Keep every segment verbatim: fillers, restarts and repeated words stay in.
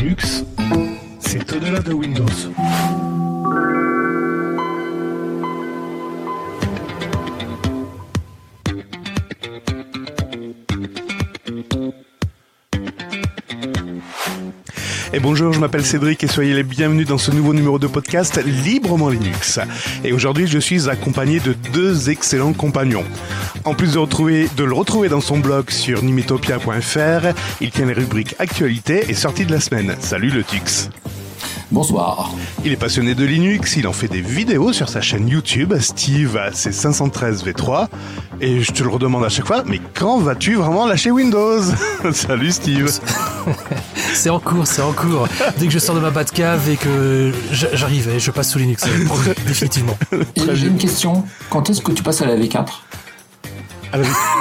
Linux, c'est au-delà de Windows. Et bonjour, je m'appelle Cédric et soyez les bienvenus dans ce nouveau numéro de podcast Librement Linux. Et aujourd'hui, je suis accompagné de deux excellents compagnons. En plus de, retrouver, de le retrouver dans son blog sur nimitopia point f r, il tient les rubriques Actualité et Sorties de la semaine. Salut le Tux. Bonsoir. Il est passionné de Linux, il en fait des vidéos sur sa chaîne YouTube, Steve C cinq cent treize V trois. Et je te le redemande à chaque fois, mais quand vas-tu vraiment lâcher Windows? Salut Steve. C'est en cours, c'est en cours. Dès que je sors de ma Batcave et que j'arrive et je passe sous Linux, définitivement. Et j'ai une question, quand est-ce que tu passes à la V quatre? À la V quatre.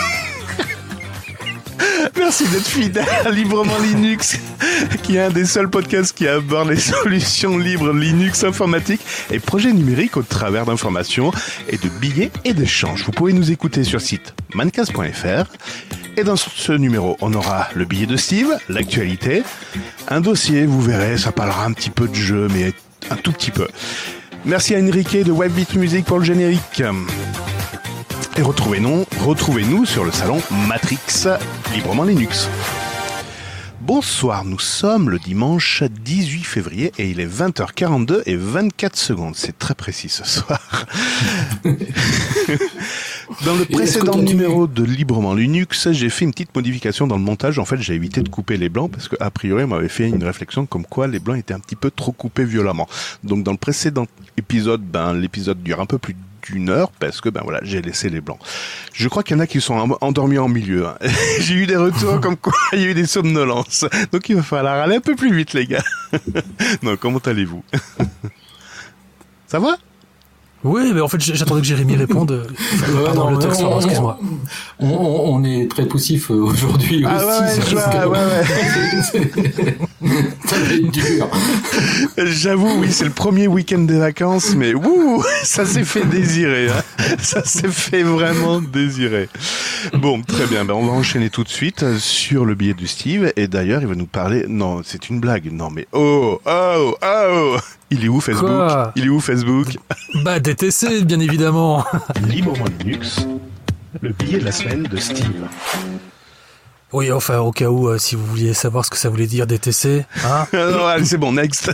Merci d'être fidèle à Librement Linux, qui est un des seuls podcasts qui aborde les solutions libres Linux informatiques et projets numériques au travers d'informations et de billets et d'échanges. Vous pouvez nous écouter sur le site mancast point f r. Et dans ce numéro, on aura le billet de Steve, l'actualité, un dossier, vous verrez, ça parlera un petit peu de jeu, mais un tout petit peu. Merci à Enrique de Webbeat Music pour le générique. Et retrouvez-nous, retrouvez-nous sur le salon Matrix Librement Linux. Bonsoir, nous sommes le dimanche dix-huit février et il est vingt heures quarante-deux et vingt-quatre secondes. C'est très précis ce soir. Dans le précédent numéro de Librement Linux, j'ai fait une petite modification dans le montage. En fait, j'ai évité de couper les blancs parce qu'a priori, on m'avait fait une réflexion comme quoi les blancs étaient un petit peu trop coupés violemment. Donc, dans le précédent épisode, ben, l'épisode dure un peu plus d'une heure parce que ben voilà, j'ai laissé les blancs. Je crois qu'il y en a qui sont endormis en milieu. Hein. J'ai eu des retours comme quoi il y a eu des somnolences. Donc il va falloir aller un peu plus vite, les gars. Non, comment allez-vous? Ça va? Oui, mais en fait, j'attendais que Jérémy réponde. Euh, Pardon, non, le texte, on, excuse-moi. On, on, on est très poussif aujourd'hui ah aussi. Ouais, ouais, ouais, ouais. Ça va être dur. J'avoue, oui, c'est le premier week-end des vacances, mais ouh, ça s'est fait désirer. Hein. Ça s'est fait vraiment désirer. Bon, très bien, ben on va enchaîner tout de suite sur le billet du Steve. Et d'ailleurs, il va nous parler... Non, c'est une blague. Non, mais oh, oh, oh. Il est où Facebook? Quoi? Il est où Facebook? Bah, D T C, bien évidemment. Librement Linux, le billet de la semaine de Steve. Oui, enfin, au cas où, euh, si vous vouliez savoir ce que ça voulait dire D T C, hein. Non, allez, c'est bon, next.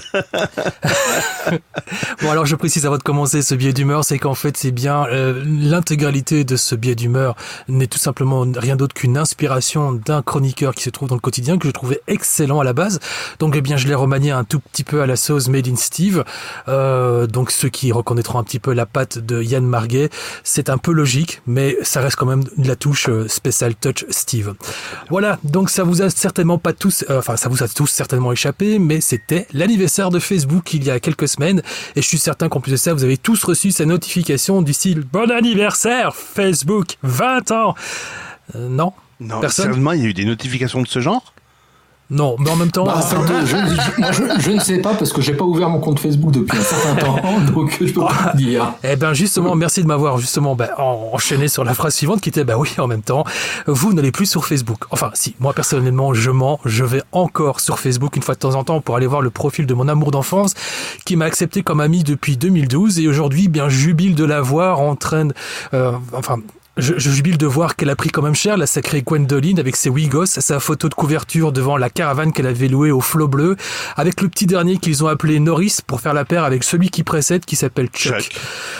Bon, alors je précise avant de commencer ce billet d'humeur, c'est qu'en fait, c'est bien euh, l'intégralité de ce billet d'humeur n'est tout simplement rien d'autre qu'une inspiration d'un chroniqueur qui se trouve dans le quotidien que je trouvais excellent à la base. Donc, eh bien, je l'ai remanié un tout petit peu à la sauce Made in Steve. Euh, donc, ceux qui reconnaîtront un petit peu la patte de Yann Marguet, c'est un peu logique, mais ça reste quand même de la touche euh, Special Touch Steve. Voilà, donc ça vous a certainement pas tous, euh, enfin ça vous a tous certainement échappé, mais c'était l'anniversaire de Facebook il y a quelques semaines, et je suis certain qu'en plus de ça, vous avez tous reçu sa notification du style « Bon anniversaire, Facebook, vingt ans !» euh, Non, non, personne. Sérieusement, il y a eu des notifications de ce genre? Non, mais en même temps... Bah, euh, je, je, moi, je, je ne sais pas parce que j'ai pas ouvert mon compte Facebook depuis un certain temps, donc je peux pas te dire. Eh ben justement, merci de m'avoir justement ben, enchaîné sur la phrase suivante qui était bah oui, en même temps, vous n'allez plus sur Facebook. Enfin, si, moi personnellement, je mens, je vais encore sur Facebook une fois de temps en temps pour aller voir le profil de mon amour d'enfance qui m'a accepté comme ami depuis deux mille douze et aujourd'hui, bien jubile de la voir en train de, euh, enfin. Je, je jubile de voir qu'elle a pris quand même cher, la sacrée Gwendoline, avec ses Wigos, sa photo de couverture devant la caravane qu'elle avait louée au flot bleu, avec le petit dernier qu'ils ont appelé Norris pour faire la paire avec celui qui précède qui s'appelle Chuck. Chuck.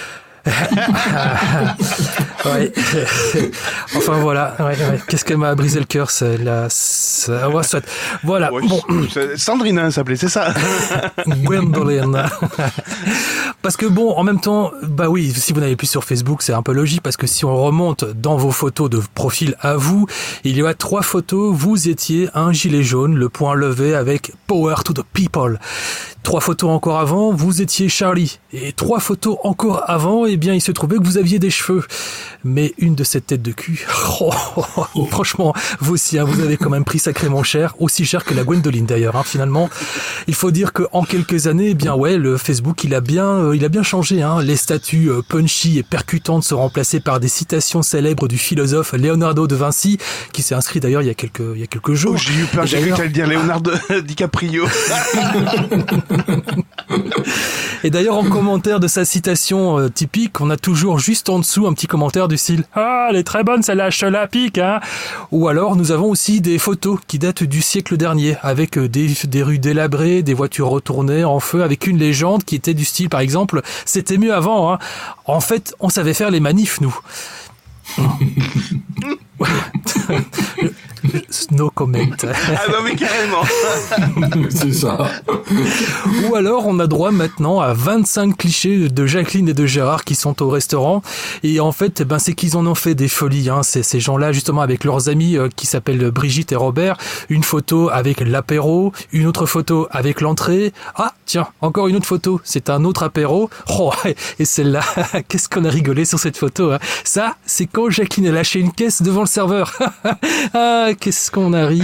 Ouais. Enfin voilà, ouais, ouais. Qu'est-ce qu'elle m'a brisé le cœur, celle-là. Ça... Ouais, soit... Voilà. Ouais, bon. Sandrine, hein, s'appelait, c'est ça. Gwendoline. Parce que bon, en même temps, bah oui, si vous n'avez plus sur Facebook, c'est un peu logique parce que si on remonte dans vos photos de profil à vous, il y a trois photos. Vous étiez un gilet jaune, le poing levé avec Power to the People. Trois photos encore avant, vous étiez Charlie. Et trois photos encore avant, eh bien, il se trouvait que vous aviez des cheveux. Mais une de ces têtes de cul, oh, oh, oh, franchement, vous aussi, hein, vous avez quand même pris sacrément cher, aussi cher que la Gwendoline d'ailleurs, hein, finalement. Il faut dire qu'en quelques années, eh bien ouais, le Facebook, il a bien euh, il a bien changé, hein. Les statues euh, punchy et percutantes sont remplacées par des citations célèbres du philosophe Leonardo de Vinci, qui s'est inscrit d'ailleurs il y a quelques, il y a quelques jours. Oh, j'ai eu peur, j'ai cru que t'allais dire Leonardo DiCaprio. Et d'ailleurs, en commentaire de sa citation euh, typique, on a toujours juste en dessous un petit commentaire du style « Ah, elle est très bonne celle-là, je te la pique, hein !» Ou alors, nous avons aussi des photos qui datent du siècle dernier, avec euh, des, des rues délabrées, des voitures retournées en feu, avec une légende qui était du style, par exemple « C'était mieux avant, hein !» En fait, on savait faire les manifs, nous. No comment. Ah bah oui, carrément. C'est ça. Ou alors on a droit maintenant à vingt-cinq clichés de Jacqueline et de Gérard qui sont au restaurant. Et en fait, ben, c'est qu'ils en ont fait des folies. Hein. C'est ces gens-là, justement, avec leurs amis euh, qui s'appellent Brigitte et Robert. Une photo avec l'apéro, une autre photo avec l'entrée. Ah, tiens, encore une autre photo. C'est un autre apéro. Oh, et celle-là, qu'est-ce qu'on a rigolé sur cette photo. Hein. Ça, c'est quand Jacqueline a lâché une caisse devant le serveur. Ah, qu'est-ce qu'on a ri.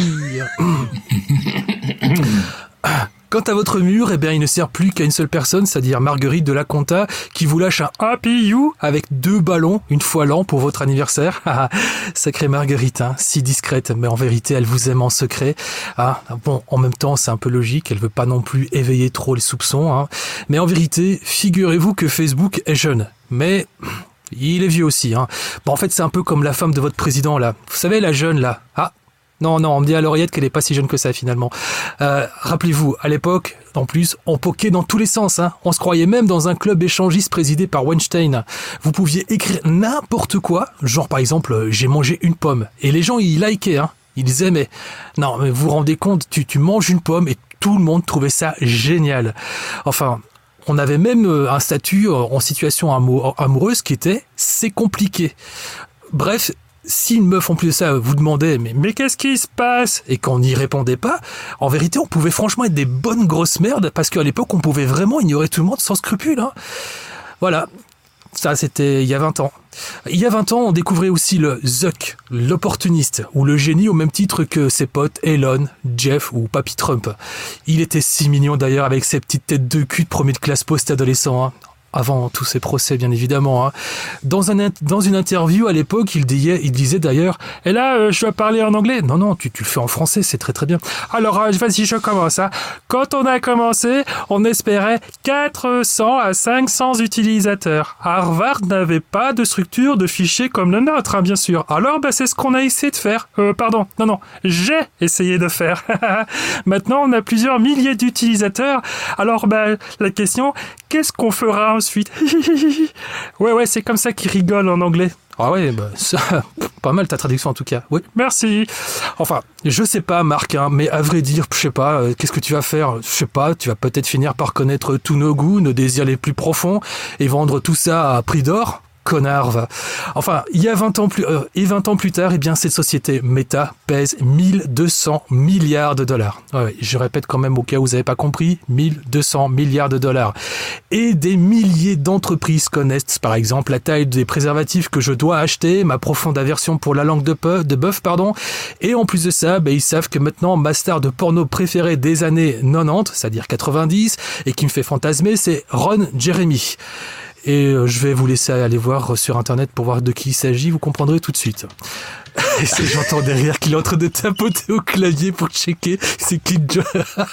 Quant à votre mur, eh bien, il ne sert plus qu'à une seule personne, c'est-à-dire Marguerite de la Conta, qui vous lâche un Happy You avec deux ballons une fois l'an pour votre anniversaire. Sacrée Marguerite, hein, si discrète, mais en vérité, elle vous aime en secret. Ah, bon, en même temps, c'est un peu logique, elle veut pas non plus éveiller trop les soupçons. Hein. Mais en vérité, figurez-vous que Facebook est jeune. Mais... il est vieux aussi, hein. Bon, en fait, c'est un peu comme la femme de votre président, là. Vous savez, la jeune, là. Ah, non, non, on me dit à l'oreillette qu'elle est pas si jeune que ça, finalement. Euh, rappelez-vous, à l'époque, en plus, on poquait dans tous les sens, hein. On se croyait même dans un club échangiste présidé par Weinstein. Vous pouviez écrire n'importe quoi, genre, par exemple, j'ai mangé une pomme. Et les gens, ils likaient, hein. Ils aimaient. Non, mais vous vous rendez compte, tu, tu manges une pomme et tout le monde trouvait ça génial. Enfin... on avait même un statut en situation amoureuse qui était « c'est compliqué ». Bref, si une meuf en plus de ça vous demandait mais, « mais qu'est-ce qui se passe ?» et qu'on n'y répondait pas, en vérité, on pouvait franchement être des bonnes grosses merdes parce qu'à l'époque, on pouvait vraiment ignorer tout le monde sans scrupule. Hein. Voilà. Ça, c'était il y a vingt ans. Il y a vingt ans, on découvrait aussi le Zuck, l'opportuniste, ou le génie au même titre que ses potes Elon, Jeff ou Papy Trump. Il était si mignon d'ailleurs avec ses petites têtes de cul de premier de classe post-adolescent. Hein. Avant tous ces procès, bien évidemment. Hein. Dans, un, dans une interview à l'époque, il disait, il disait d'ailleurs « Et là, euh, je dois parler en anglais ?» Non, non, tu, tu le fais en français, c'est très très bien. Alors, euh, vas-y, je commence. Hein. Quand on a commencé, on espérait quatre cents à cinq cents utilisateurs. Harvard n'avait pas de structure de fichiers comme le nôtre, hein, bien sûr. Alors, bah, c'est ce qu'on a essayé de faire. Euh, pardon, non, non, j'ai essayé de faire. Maintenant, on a plusieurs milliers d'utilisateurs. Alors, bah, la question, qu'est-ce qu'on fera ensuite? Ouais, ouais, c'est comme ça qu'ils rigolent en anglais. Ah ouais, bah, ça, pas mal ta traduction en tout cas. Oui, merci. Enfin, je sais pas, Marc, hein, mais à vrai dire, je sais pas, euh, qu'est-ce que tu vas faire? Je sais pas, tu vas peut-être finir par connaître tous nos goûts, nos désirs les plus profonds et vendre tout ça à prix d'or? Connard, va. Enfin, il y a vingt ans plus, euh, et vingt ans plus tard, eh bien, cette société Meta pèse mille deux cents milliards de dollars. Ouais, ouais, je répète quand même au cas où vous n'avez pas compris, mille deux cents milliards de dollars. Et des milliers d'entreprises connaissent, par exemple, la taille des préservatifs que je dois acheter, ma profonde aversion pour la langue de, peu, de bœuf, pardon. Et en plus de ça, ben, ils savent que maintenant, ma star de porno préférée des années quatre-vingt-dix, c'est-à-dire quatre-vingt-dix, et qui me fait fantasmer, c'est Ron Jeremy. Et je vais vous laisser aller voir sur internet pour voir de qui il s'agit, vous comprendrez tout de suite. Et c'est, j'entends derrière qu'il est en train de tapoter au clavier pour checker c'est qui le jeu.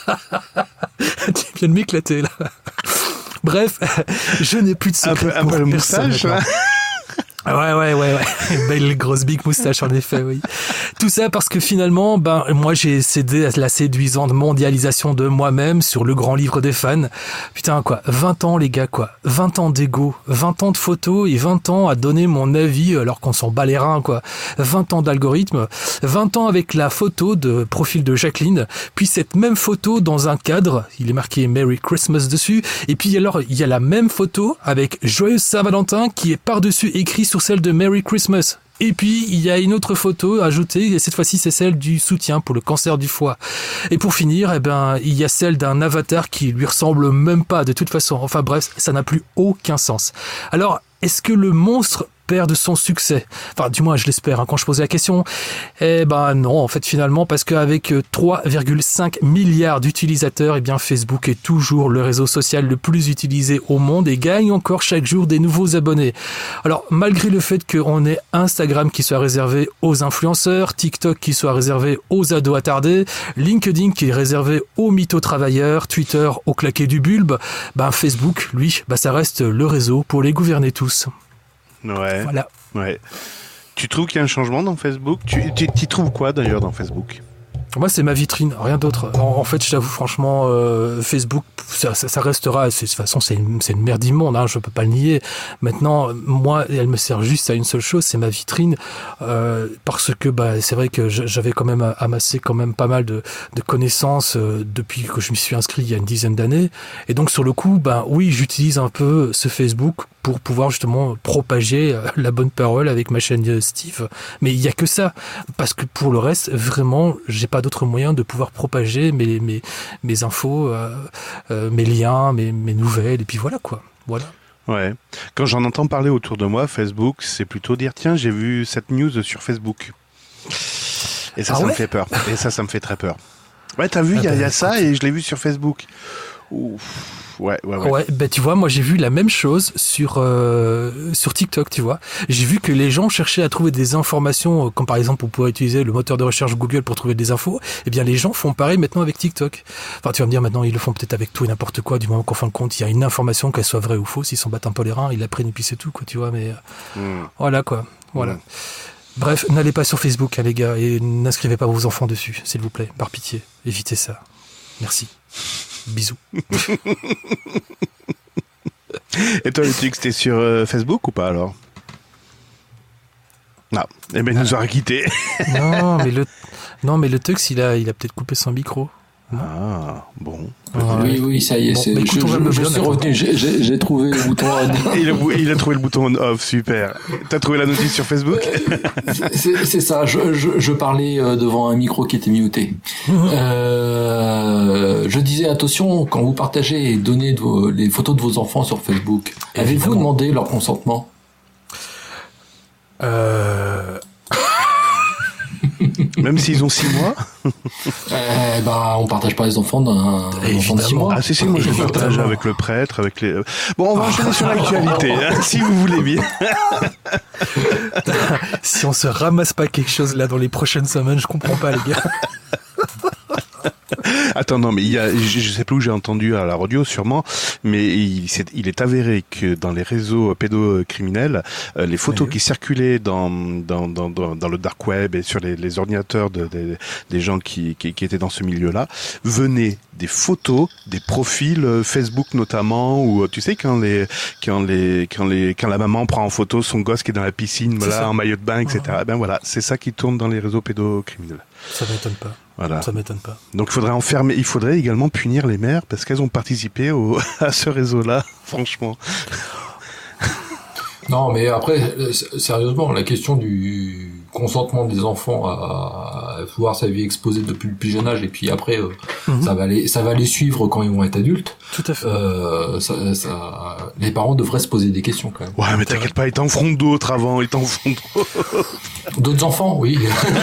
Tu viens de m'éclater là. Bref, je n'ai plus de secret un peu, pour un peu personne. moustache, hein. Ouais, ouais, ouais, ouais. Belle grosse big moustache, en effet, oui. Tout ça parce que finalement, ben, moi, j'ai cédé à la séduisante mondialisation de moi-même sur le grand livre des fans. Putain, quoi. vingt ans, les gars, quoi. vingt ans d'ego. vingt ans de photos et vingt ans à donner mon avis alors qu'on s'en bat les reins, quoi. vingt ans d'algorithme. vingt ans avec la photo de profil de Jacqueline. Puis cette même photo dans un cadre. Il est marqué Merry Christmas dessus. Et puis alors, il y a la même photo avec Joyeux Saint-Valentin qui est par-dessus écrit sur celle de Merry Christmas. Et puis, il y a une autre photo ajoutée, et cette fois-ci, c'est celle du soutien pour le cancer du foie. Et pour finir, eh ben, il y a celle d'un avatar qui lui ressemble même pas, de toute façon. Enfin bref, ça n'a plus aucun sens. Alors, est-ce que le monstre perd de son succès. Enfin, du moins, je l'espère, hein, quand je posais la question. Eh ben non, en fait, finalement, parce qu'avec trois virgule cinq milliards d'utilisateurs, eh bien, Facebook est toujours le réseau social le plus utilisé au monde et gagne encore chaque jour des nouveaux abonnés. Alors, malgré le fait qu'on ait Instagram qui soit réservé aux influenceurs, TikTok qui soit réservé aux ados attardés, LinkedIn qui est réservé aux mytho-travailleurs, Twitter aux claqués du bulbe, ben Facebook, lui, ben ça reste le réseau pour les gouverner tous. Ouais. Voilà. Ouais. Tu trouves qu'il y a un changement dans Facebook ? Tu tu, tu trouves quoi d'ailleurs dans Facebook ? Moi, c'est ma vitrine, rien d'autre. En, en fait, je t'avoue, franchement, euh, Facebook, ça, ça, ça restera. C'est, de toute façon, c'est une, c'est une merde immonde, hein, je peux pas le nier. Maintenant, moi, elle me sert juste à une seule chose, c'est ma vitrine, euh, parce que bah, c'est vrai que j'avais quand même amassé quand même pas mal de, de connaissances euh, depuis que je m'y suis inscrit il y a une dizaine d'années. Et donc, sur le coup, bah, oui, j'utilise un peu ce Facebook pour pouvoir justement propager euh, la bonne parole avec ma chaîne euh, Steve. Mais il y a que ça, parce que pour le reste, vraiment, j'ai pas d'autres moyens de pouvoir propager mes mes mes infos, euh, euh, mes liens, mes mes nouvelles, et puis voilà quoi. Voilà. Ouais. Quand j'en entends parler autour de moi, Facebook, c'est plutôt dire tiens, j'ai vu cette news sur Facebook. Et ça, Ah ça ouais me fait peur. Et ça, ça me fait très peur. Ouais, t'as vu, il Ah y a, bah, y a ça écoute. et je l'ai vu sur Facebook. Ouf. Ouais, ouais, ouais. Ouais, ben tu vois, moi j'ai vu la même chose sur euh, sur TikTok, tu vois. J'ai vu que les gens cherchaient à trouver des informations, comme par exemple on pourrait utiliser le moteur de recherche Google pour trouver des infos. Eh bien, les gens font pareil maintenant avec TikTok. Enfin, tu vas me dire maintenant ils le font peut-être avec tout et n'importe quoi, du moment qu'en fin de compte il y a une information, qu'elle soit vraie ou fausse, ils s'en battent un peu les reins, ils la prennent et puis c'est tout, quoi, tu vois. Mais euh, Mmh. voilà quoi, voilà. Mmh. Bref, n'allez pas sur Facebook, hein, les gars, et n'inscrivez pas vos enfants dessus, s'il vous plaît, par pitié. Évitez ça. Merci. Bisous. Et toi, le Tux, t'es sur euh, Facebook ou pas alors ? Non. Eh ben, il nous aura quittés. Non, mais le, non, mais le Tux, il a, il a peut-être coupé son micro. Ah, bon. Ouais. Oui, oui, ça y est, Bon, c'est, bah, écoute, on va je, me je, je bien, suis d'accord. retenu, j'ai, j'ai, j'ai trouvé le bouton on. il, a, il a trouvé le bouton on off, super. T'as trouvé la notice sur Facebook ? C'est, c'est ça, je, je, je parlais euh, devant un micro qui était muté. Euh, je disais attention, quand vous partagez et donnez de vos, les photos de vos enfants sur Facebook, avez-vous Évidemment. demandé leur consentement ? Euh... Même s'ils ont six mois ? Eh ben, on partage pas les enfants d'un enfant de six Évidemment. mois. Ah si, si, moi je le Évidemment. partage avec le prêtre, avec les... Bon, on va enchaîner sur l'actualité, hein, si vous voulez bien. Si on se ramasse pas quelque chose là dans les prochaines semaines, je comprends pas, les gars. Attends, non, mais il y a, je, je sais plus où j'ai entendu à la radio, sûrement, mais il, c'est, il est avéré que dans les réseaux pédocriminels, euh, les photos Oui. qui circulaient dans, dans, dans, dans, dans le dark web et sur les, les ordinateurs de, de- des gens qui, qui, qui étaient dans ce milieu-là, venaient des photos, des profils euh, Facebook notamment, où euh, tu sais quand les, quand les, quand les, quand la maman prend en photo son gosse qui est dans la piscine, C'est voilà, ça. en maillot de bain, et cetera. Ben voilà, c'est ça qui tourne dans les réseaux pédocriminels. Ça m'étonne pas. Voilà. Ça m'étonne pas. Donc il faudrait enfermer, il faudrait également punir les mères parce qu'elles ont participé au, à ce réseau-là, franchement. Non, mais après, euh, s- sérieusement, la question du consentement des enfants à, à voir sa vie exposée depuis le plus jeune âge, et puis après, euh, Mhm. ça va les, ça va les suivre quand ils vont être adultes. Tout à fait. Euh, ça, ça, les parents devraient se poser des questions quand même. Ouais, mais t'inquiète pas, ils t'en feront d'autres avant, ils t'en feront d'autres. D'autres enfants, oui.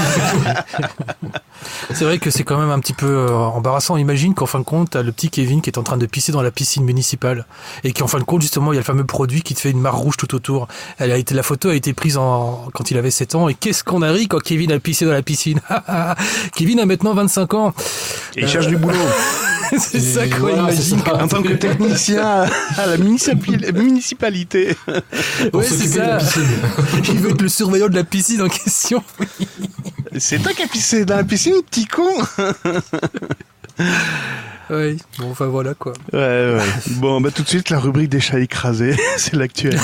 C'est vrai que c'est quand même un petit peu euh, embarrassant. Imagine qu'en fin de compte, t'as le petit Kevin qui est en train de pisser dans la piscine municipale et qu'en fin de compte, justement, il y a le fameux produit qui te fait une mare rouge tout autour. Elle a été, la photo a été prise en, quand il avait sept ans et qu'est-ce qu'on a ri quand Kevin a pissé dans la piscine. Kevin a maintenant vingt-cinq ans. Et ils cherchent du boulot. C'est ça, Et quoi, voilà, imagine. c'est ça. En tant que technicien à la municipi- municipalité. Pour Ouais, c'est s'occuper de ça. la piscine. Il veut être le surveillant de la piscine en question. C'est toi qui as pissé dans la piscine, petit con. Oui, bon, enfin voilà quoi. Ouais, ouais. Bon, bah tout de suite, la rubrique des chats écrasés, c'est l'actualité.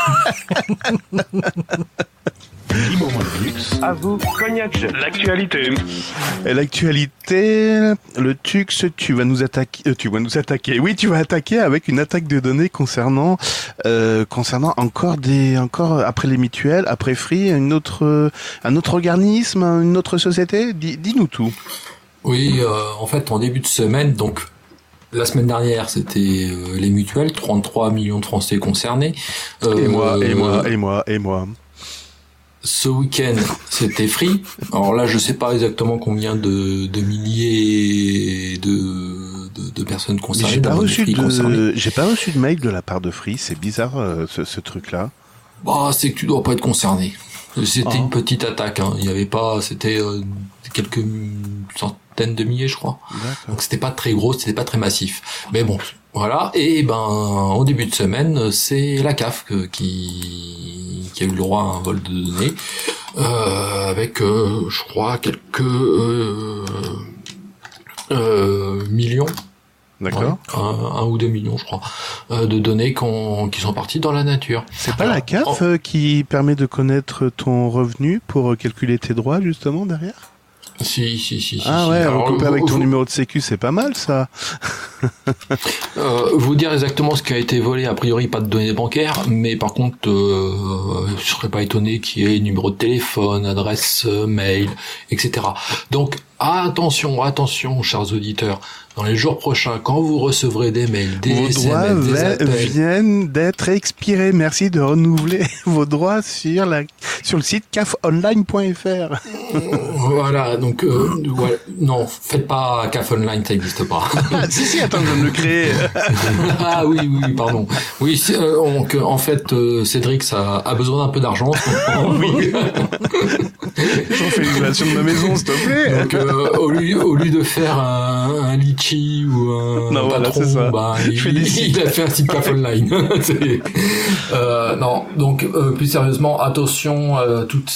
À vous, Cognac, l'actualité. Et l'actualité, le Tux, tu vas nous attaquer, euh, tu vas nous attaquer. Oui, tu vas attaquer avec une attaque de données concernant, euh, concernant encore des, encore après les mutuelles, après Free, une autre, euh, un autre organisme, une autre société. Dis, dis-nous tout. Oui, euh, en fait, en début de semaine, donc La semaine dernière, c'était euh, les mutuelles, trente-trois millions de Français concernés. Euh, et moi, et moi, et moi, et moi. Ce week-end, c'était Free. Alors là, je sais pas exactement combien de, de milliers de, de, de personnes concernées. J'ai pas reçu de, j'ai pas reçu de mail de la part de Free. C'est bizarre, euh, ce, ce truc-là. Bah, c'est que tu dois pas être concerné. C'était ah. une petite attaque, hein. Il y avait pas, c'était euh, quelques centaines de milliers, je crois. D'accord. Donc c'était pas très gros, c'était pas très massif. Mais bon, voilà. Et ben, au début de semaine, c'est la C A F que, qui, qui a eu le droit à un vol de données, euh, avec, euh, je crois, quelques euh, euh, millions. D'accord. Ouais, un, un ou deux millions, je crois, euh, de données qu'on, qui sont parties dans la nature. C'est pas la C A F oh. qui permet de connaître ton revenu pour calculer tes droits, justement, derrière ? Si, si, si. Ah si, ouais, si. recoupé avec ton vous... numéro de sécu, c'est pas mal, ça. euh, vous dire exactement ce qui a été volé, a priori pas de données bancaires, mais par contre, euh, je serais pas étonné qu'il y ait numéro de téléphone, adresse euh, mail, et cetera. Donc, attention, attention, chers auditeurs. Dans les jours prochains, quand vous recevrez des mails, des vos S M S, droits des appels, viennent d'être expirés. Merci de renouveler vos droits sur la sur le site c a f online point f r. Voilà, donc euh, ouais, non, faites pas C A F Online, ça n'existe pas. Ah, si si, attends, je viens de le créer. Ah oui, oui, pardon. Oui, c'est, euh, donc en fait, euh, Cédric, ça a besoin d'un peu d'argent. Oui. J'en fais l'isolation de ma maison, s'il te plaît. Donc euh, au lieu au lieu de faire un, un litchi ou un non, patron, voilà, ça. bah, il, il a fait un site C A F Online. C'est, euh, non, donc euh, plus sérieusement, attention à toutes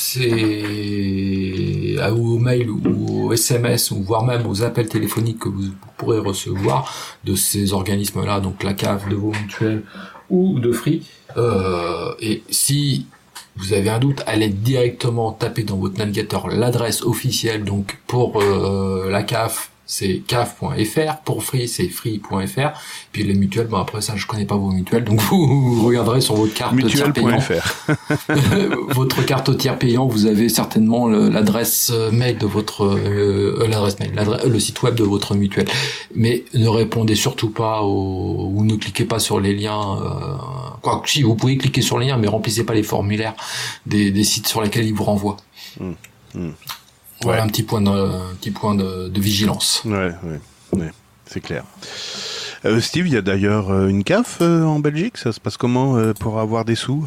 ces à, aux mails ou aux S M S ou voire même aux appels téléphoniques que vous pourrez recevoir de ces organismes-là, donc la C A F, de vos mutuelles ou de Free. Euh, et si vous avez un doute, allez directement taper dans votre navigateur l'adresse officielle. Donc pour euh, la C A F, c'est c a f point f r. Pour Free, c'est free point f r. Puis les mutuelles, bon après ça, je connais pas vos mutuelles, donc vous, vous regarderez sur votre carte tiers payant. Votre carte au tiers payant, vous avez certainement le, l'adresse mail de votre euh, l'adresse mail, l'adresse, le site web de votre mutuelle. Mais ne répondez surtout pas au, ou ne cliquez pas sur les liens. Euh, quoi, si vous pouvez cliquer sur les liens, mais remplissez pas les formulaires des, des sites sur lesquels ils vous renvoient. Mmh, mmh. Voilà ouais. un petit point de, un petit point de, de vigilance. Ouais, ouais, ouais, c'est clair. Euh, Steve, il y a d'ailleurs euh, une C A F euh, en Belgique. Ça se passe comment euh, pour avoir des sous?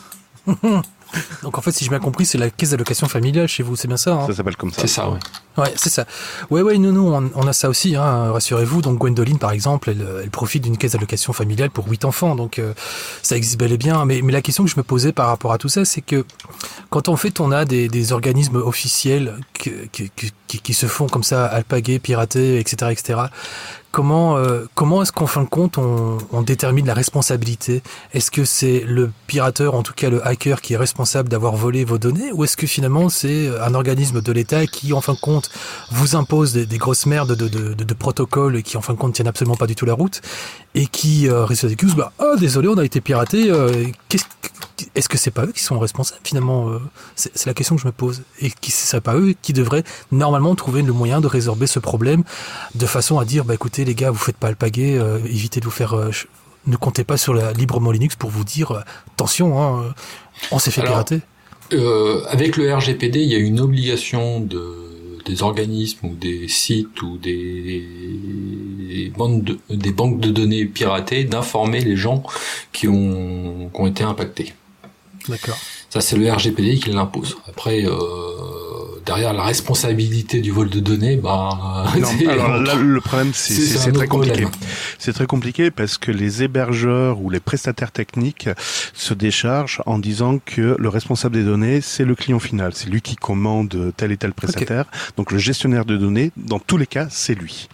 Donc en fait, si j'ai bien compris, c'est la caisse d'allocation familiale chez vous, c'est bien ça, hein? Ça s'appelle comme ça. C'est ça, oui. Ouais, c'est ça. Ouais, ouais, nous, nous, on, on a ça aussi, hein, rassurez-vous. Donc Gwendoline, par exemple, elle, elle profite d'une caisse d'allocation familiale pour huit enfants, donc euh, ça existe bel et bien. Mais, mais la question que je me posais par rapport à tout ça, c'est que quand en fait on a des, des organismes officiels qui, qui, qui, qui se font comme ça alpaguer, pirater, et cetera, et cetera. Comment, euh, comment est-ce qu'en fin de compte on, on détermine la responsabilité? Est-ce que c'est le pirateur, en tout cas le hacker, qui est responsable d'avoir volé vos données, ou est-ce que finalement c'est un organisme de l'État qui, en fin de compte, vous impose des, des grosses merdes de, de, de, de protocoles qui, en fin de compte, tiennent absolument pas du tout la route et qui euh, risquent d'excuses, bah, oh, désolé, on a été piraté. Euh, qu'est-ce, est-ce que c'est pas eux qui sont responsables finalement? euh, c'est, c'est la question que je me pose. Et qui c'est pas eux qui devraient normalement trouver le moyen de résorber ce problème de façon à dire, bah écoutez les gars, vous faites pas alpaguer, euh, évitez de vous faire, euh, ne comptez pas sur la librement Linux pour vous dire, euh, attention, hein, on s'est fait Alors, pirater. Euh, avec le R G P D, il y a une obligation de des organismes ou des sites ou des, des, bandes de, des banques de données piratées d'informer les gens qui ont, qui ont été impactés. D'accord. Ça, c'est le R G P D qui l'impose. Après, euh, derrière la responsabilité du vol de données, bah, non, alors là, le problème, c'est, c'est, c'est, c'est très compliqué. Problème. C'est très compliqué parce que les hébergeurs ou les prestataires techniques se déchargent en disant que le responsable des données, c'est le client final. C'est lui qui commande tel et tel prestataire. Okay. Donc, le gestionnaire de données, dans tous les cas, c'est lui.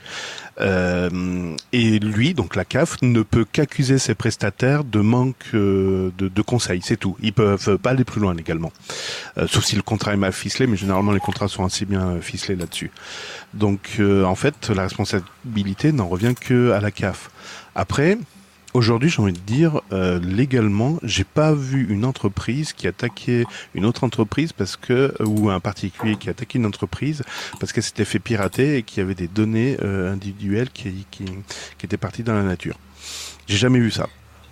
Euh, et lui, donc la C A F, ne peut qu'accuser ses prestataires de manque euh, de, de conseils, c'est tout. Ils peuvent pas aller plus loin légalement, euh, sauf si le contrat est mal ficelé, mais généralement les contrats sont assez bien ficelés là-dessus. Donc euh, en fait, la responsabilité n'en revient que à la C A F. Après, Aujourd'hui, j'ai envie de dire, euh, légalement, j'ai pas vu une entreprise qui attaquait une autre entreprise parce que, ou un particulier qui attaquait une entreprise parce qu'elle s'était fait pirater et qu'il y avait des données euh, individuelles qui, qui, qui étaient parties dans la nature. J'ai jamais vu ça.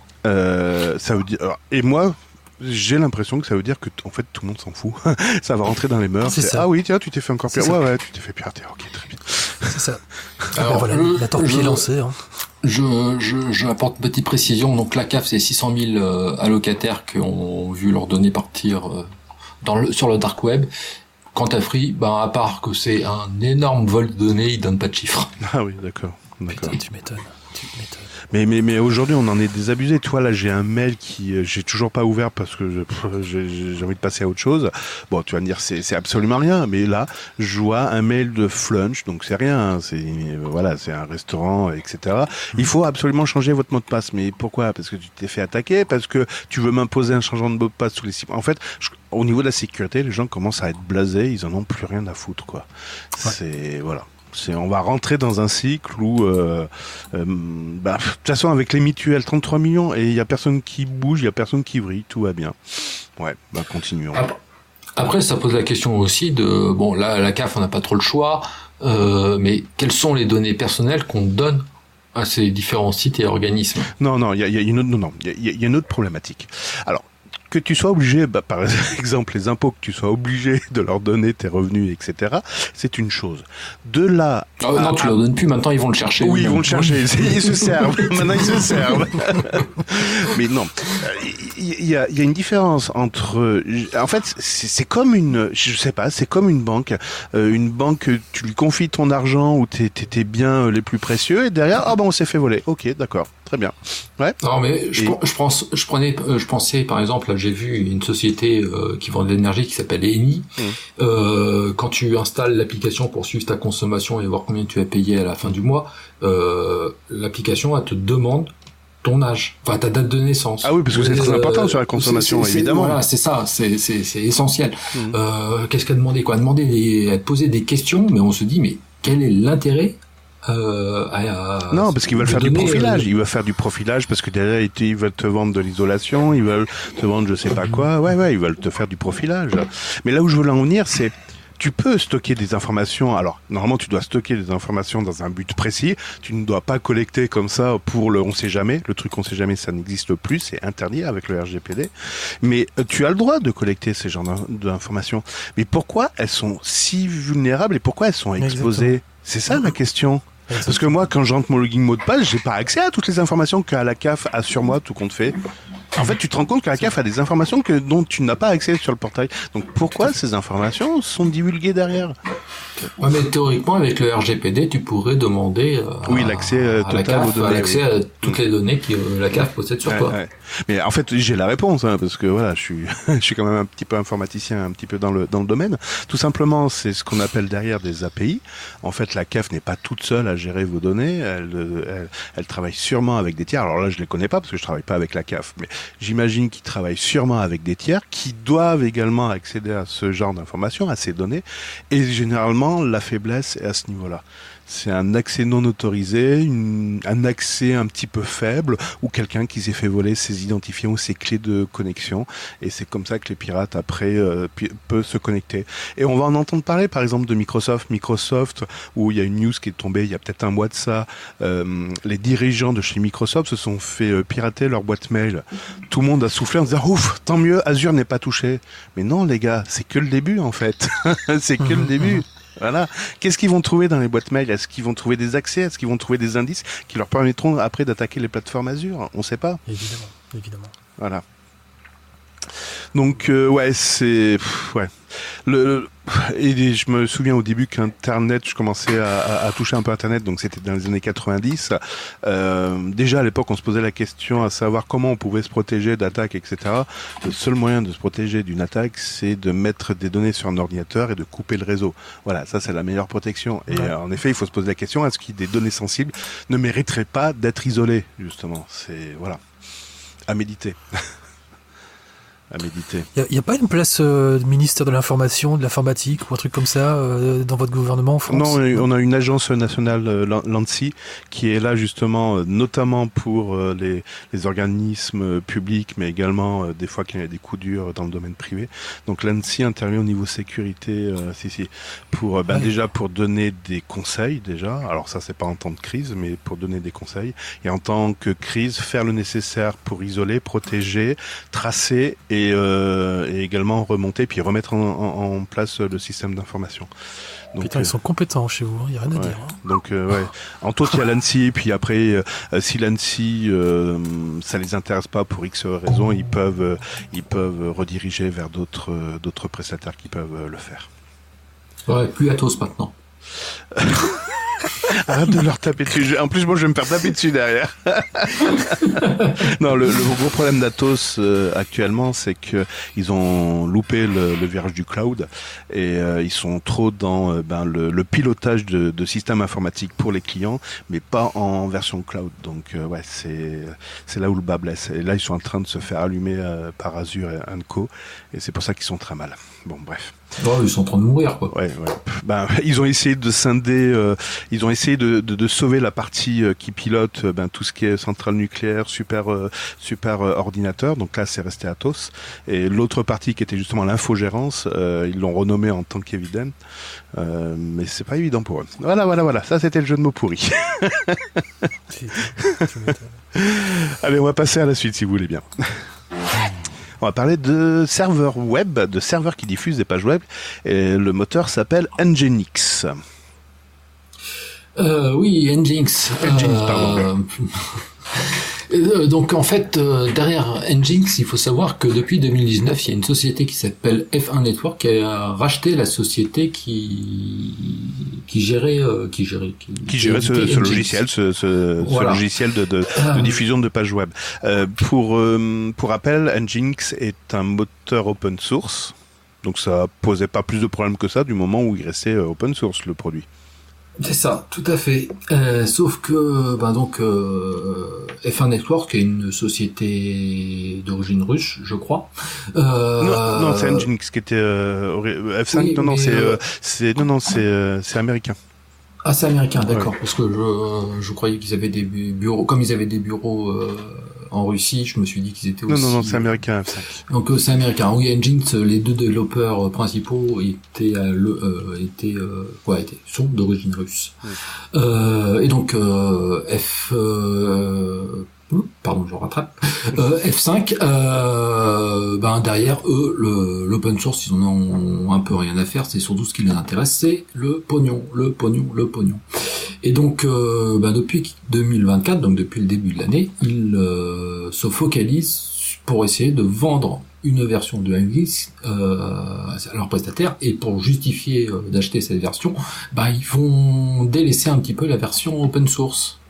Euh, ça veut dire, alors, et moi, j'ai l'impression que ça veut dire que, en fait, tout le monde s'en fout. Ça va rentrer dans les mœurs. C'est ça. Ah oui, tiens, tu t'es fait encore pirater. Ouais, ouais, tu t'es fait pirater. Ok, très bien. C'est ça. Alors, Ben voilà, le- la torpille je- est lancée. Hein. Je, je, je apporte une petite précision. Donc la C A F, c'est six cent mille euh, allocataires qui ont vu leurs données partir euh, dans le, sur le dark web. Quant à Free, ben à part que c'est un énorme vol de données, il donne pas de chiffres. Ah oui, d'accord. D'accord. Putain, tu m'étonnes. Tu m'étonnes. Mais, mais, mais aujourd'hui, on en est désabusé. Toi, là, j'ai un mail qui, euh, j'ai toujours pas ouvert parce que je- pff, j'ai j'ai envie de passer à autre chose. Bon, tu vas me dire, c'est c'est absolument rien. Mais là, je vois un mail de Flunch, donc c'est rien. Hein, c'est euh, voilà, c'est un restaurant, et cetera. Il faut absolument changer votre mot de passe. Mais pourquoi? Parce que tu t'es fait attaquer? Parce que tu veux m'imposer un changement de mot de passe tous les six mois? En fait, je- au niveau de la sécurité, les gens commencent à être blasés. Ils en ont plus rien à foutre, quoi. C'est voilà. C'est, on va rentrer dans un cycle où, euh, euh, bah, de toute façon, avec les mutuelles, trente-trois millions, et il y a personne qui bouge, il y a personne qui vrille, tout va bien. Ouais, bah continuons. Après, après, ça pose la question aussi de bon là la C A F, on n'a pas trop le choix, euh, mais quelles sont les données personnelles qu'on donne à ces différents sites et organismes? Non, non, il y a, il y a une autre, non, non, il y a, il y a une autre problématique. Alors, que tu sois obligé, bah, par exemple, les impôts, que tu sois obligé de leur donner tes revenus, et cetera, c'est une chose. De là... Ah, non, à- tu leur donnes plus. Maintenant, ils vont le chercher. Oui, ils eux-mêmes. vont le chercher. Ils se servent. Maintenant, ils se servent. Mais non, il y a, il y a une différence entre. En fait, c'est c'est comme une. Je sais pas. C'est comme une banque. Euh, une banque, tu lui confies ton argent ou tes, tes, tes biens les plus précieux, et derrière, ah ben, on s'est fait voler. Ok, d'accord, très bien. Ouais. Non, mais je, Et- je pense, je prenais, euh, je pensais, par exemple, là, j'ai vu une société euh, qui vend de l'énergie qui s'appelle Eni. Mmh. Euh, quand tu installes l'application pour suivre ta consommation et voir combien tu as payé à la fin du mois, euh, l'application, elle te demande ton âge, enfin ta date de naissance. Ah oui, parce que c'est très important sur la consommation, c'est- c'est- évidemment. Voilà, c'est ça, c'est c'est c'est essentiel. Mmh. Euh, Qu'est-ce qu'elle a demandé quoi? Elle a demandé des, à te poser des questions, mais on se dit mais quel est l'intérêt euh, à, à- Non, parce qu'ils veulent de faire du donner, profilage. euh, Ils veulent faire du profilage parce que derrière, ils te- ils veulent te vendre de l'isolation, ils veulent te vendre je sais pas quoi. Ouais, ouais, ils veulent te faire du profilage. Mais là où je veux en venir, c'est tu peux stocker des informations. Alors, normalement, tu dois stocker des informations dans un but précis. Tu ne dois pas collecter comme ça pour le on sait jamais. Le truc on sait jamais, ça n'existe plus. C'est interdit avec le R G P D. Mais euh, tu as le droit de collecter ces genres d'in- d'informations. Mais pourquoi elles sont si vulnérables et pourquoi elles sont exposées? C'est ça la question. Parce que moi, quand j'entre mon login mot de passe, j'ai pas accès à toutes les informations que la C A F a sur moi, tout compte fait. En fait, tu te rends compte que la C A F a des informations que, dont tu n'as pas accès sur le portail. Donc pourquoi ces informations sont divulguées derrière? Ouais, mais théoriquement, avec le R G P D, tu pourrais demander euh, Oui, l'accès, euh, à la total C A F, aux données, l'accès oui. à toutes les données que euh, la C A F possède sur Ouais, toi. ouais. Mais en fait, j'ai la réponse, hein, parce que voilà, je suis, je suis quand même un petit peu informaticien, un petit peu dans le dans le domaine. Tout simplement, c'est ce qu'on appelle derrière des A P I. En fait, la C A F n'est pas toute seule à gérer vos données. Elle, euh, elle, elle travaille sûrement avec des tiers. Alors là, je les connais pas parce que je travaille pas avec la C A F, mais j'imagine qu'ils travaillent sûrement avec des tiers qui doivent également accéder à ce genre d'informations, à ces données. Et généralement, la faiblesse est à ce niveau-là. C'est un accès non autorisé, une, un accès un petit peu faible, ou quelqu'un qui s'est fait voler ses identifiants ou ses clés de connexion. Et c'est comme ça que les pirates, après, euh, pi- peuvent se connecter. Et on va en entendre parler, par exemple, de Microsoft. Microsoft, où il y a une news qui est tombée il y a peut-être un mois de ça. Euh, les dirigeants de chez Microsoft se sont fait euh, pirater leur boîte mail. Tout le monde a soufflé en disant « Ouf, tant mieux, Azure n'est pas touché. » Mais non, les gars, c'est que le début, en fait. C'est que le début. Voilà. Qu'est-ce qu'ils vont trouver dans les boîtes mail? Est-ce qu'ils vont trouver des accès? Est-ce qu'ils vont trouver des indices qui leur permettront après d'attaquer les plateformes Azure? On ne sait pas. Évidemment, évidemment. Voilà. Donc euh, ouais, c'est pff, ouais. Le et je me souviens au début qu'Internet, je commençais à, à, à toucher un peu Internet, donc c'était dans les années quatre-vingt-dix. Euh, déjà à l'époque, on se posait la question à savoir comment on pouvait se protéger d'attaques, et cetera. Le seul moyen de se protéger d'une attaque, c'est de mettre des données sur un ordinateur et de couper le réseau. Voilà, ça c'est la meilleure protection. Et Ouais. euh, en effet, il faut se poser la question est-ce que des données sensibles ne mériteraient pas d'être isolées, justement? C'est voilà, à méditer. à méditer. Il n'y a, a pas une place euh, ministère de l'information, de l'informatique ou un truc comme ça euh, dans votre gouvernement en France? Non, on a une agence nationale, euh, l'ANSSI, qui est là justement, euh, notamment pour euh, les, les organismes publics, mais également euh, des fois qu'il y a des coups durs dans le domaine privé. Donc l'ANSSI intervient au niveau sécurité, euh, si, si, pour, euh, ben, ouais. déjà pour donner des conseils déjà. Alors ça, c'est pas en temps de crise, mais pour donner des conseils. Et en tant que crise, faire le nécessaire pour isoler, protéger, tracer et Et, euh, et également remonter puis remettre en, en, en place le système d'information. Donc, Putain, euh, ils sont compétents chez vous, il hein, n'y a rien à ouais. dire. Hein. Donc, euh, ouais. En tout, il y a l'ANSSI, puis après, euh, si l'ANSSI, euh, ça les intéresse pas pour X raisons, ils peuvent, euh, ils peuvent rediriger vers d'autres, euh, d'autres prestataires qui peuvent euh, le faire. Ouais, plus Atos maintenant. Arrête de leur taper dessus. En plus, moi, je vais me faire taper dessus derrière. Non, le, le gros problème d'Atos euh, actuellement, c'est que ils ont loupé le, le virage du cloud et euh, ils sont trop dans euh, ben, le, le pilotage de, de systèmes informatiques pour les clients, mais pas en version cloud. Donc, euh, ouais, c'est c'est là où le bas blesse. Et là, ils sont en train de se faire allumer euh, par Azure et Co. Et c'est pour ça qu'ils sont très mal. Bon, bref. Oh, ils sont en train de mourir, quoi. Ouais, ouais. Ben, ils ont essayé de scinder, euh, ils ont essayé de, de, de sauver la partie euh, qui pilote euh, ben, tout ce qui est centrale nucléaire, super, euh, super euh, ordinateur. Donc là, c'est resté Atos. Et l'autre partie qui était justement l'infogérance, euh, ils l'ont renommée en tant qu'Eviden. Euh, mais c'est pas évident pour eux. Voilà, voilà, voilà. Ça, c'était le jeu de mots pourri. Allez, on va passer à la suite si vous voulez bien. On va parler de serveurs web, de serveurs qui diffusent des pages web. Et le moteur s'appelle Nginx. Euh, oui, Nginx. Nginx, pardon. Euh, donc en fait, euh, derrière Nginx, il faut savoir que depuis deux mille dix-neuf, il y a une société qui s'appelle F un Network qui a racheté la société qui qui gérait euh, qui gérait qui, qui gérait ce, ce logiciel, ce, ce, voilà. ce logiciel de, de, de diffusion de pages web. Euh, pour euh, pour rappel, Nginx est un moteur open source, donc ça posait pas plus de problèmes que ça du moment où il restait open source le produit. C'est ça, tout à fait. Euh, sauf que, ben donc, euh, F un Network est une société d'origine russe, je crois. Euh, non, non, c'est Nginx qui était euh, F cinq. Oui, non, non, c'est, euh, c'est, non, non, c'est, euh, c'est américain. Ah, c'est américain, d'accord. Ouais. Parce que je, je croyais qu'ils avaient des bureaux, comme ils avaient des bureaux. Euh, En Russie, je me suis dit qu'ils étaient aussi... Non, non, non, c'est américain, F cinq. Donc, euh, c'est américain. Oui, Nginx, les deux développeurs principaux étaient, euh, le, euh, étaient, euh, ouais, étaient, sont d'origine russe. Oui. Euh, et donc, euh, F... Euh, pardon, je rattrape. Euh, F cinq, euh, ben, derrière eux, le, l'open source, ils en ont un peu rien à faire. C'est surtout ce qui les intéresse, c'est le pognon, le pognon, le pognon. Et donc, euh, bah depuis deux mille vingt-quatre, donc depuis le début de l'année, ils euh, se focalisent pour essayer de vendre une version de Nginx euh, à leurs prestataires. Et pour justifier euh, d'acheter cette version, bah, ils vont délaisser un petit peu la version open source,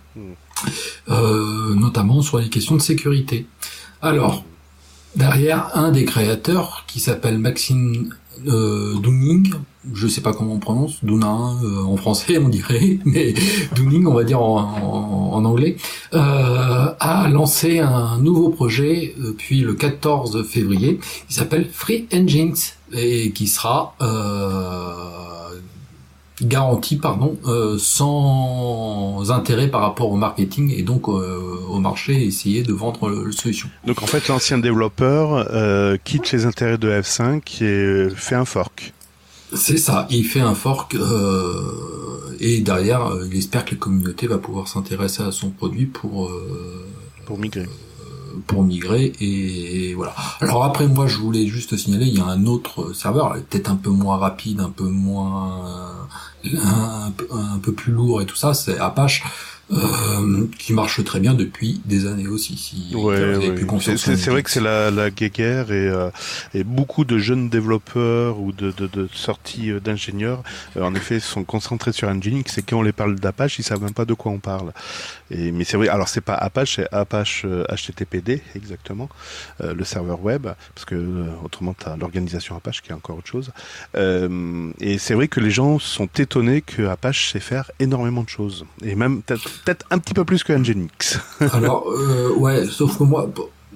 euh, notamment sur les questions de sécurité. Alors, derrière, un des créateurs qui s'appelle Maxime euh, Dunning, je sais pas comment on prononce, Dunin euh, en français on dirait, mais Dunning on va dire en, en, en anglais, euh, a lancé un nouveau projet depuis le quatorze février, qui s'appelle Free Nginx et qui sera euh, garanti pardon euh, sans intérêt par rapport au marketing et donc euh, au marché essayer de vendre la solution. Donc en fait l'ancien développeur euh, quitte les intérêts de F cinq et fait un fork. C'est ça, il fait un fork euh, et derrière euh, il espère que la communauté va pouvoir s'intéresser à son produit pour euh, pour migrer. Euh, pour migrer et, et voilà. Alors après moi je voulais juste signaler, il y a un autre serveur, peut-être un peu moins rapide, un peu moins un, un peu plus lourd et tout ça, c'est Apache. Euh, qui marche très bien depuis des années aussi. Si ouais, ouais. Plus c'est, c'est, c'est vrai que c'est la, la guéguerre et, euh, et beaucoup de jeunes développeurs ou de, de, de sorties d'ingénieurs, euh, en effet, sont concentrés sur Nginx. Et quand on les parle d'Apache, ils savent même pas de quoi on parle. Et, mais c'est vrai. Alors c'est pas Apache, c'est Apache euh, H T T P D exactement, euh, le serveur web, parce que euh, autrement t'as l'organisation Apache qui est encore autre chose. Euh, et c'est vrai que les gens sont étonnés que Apache sait faire énormément de choses et même peut-être peut-être un petit peu plus que Nginx. Alors, euh, ouais, sauf que moi,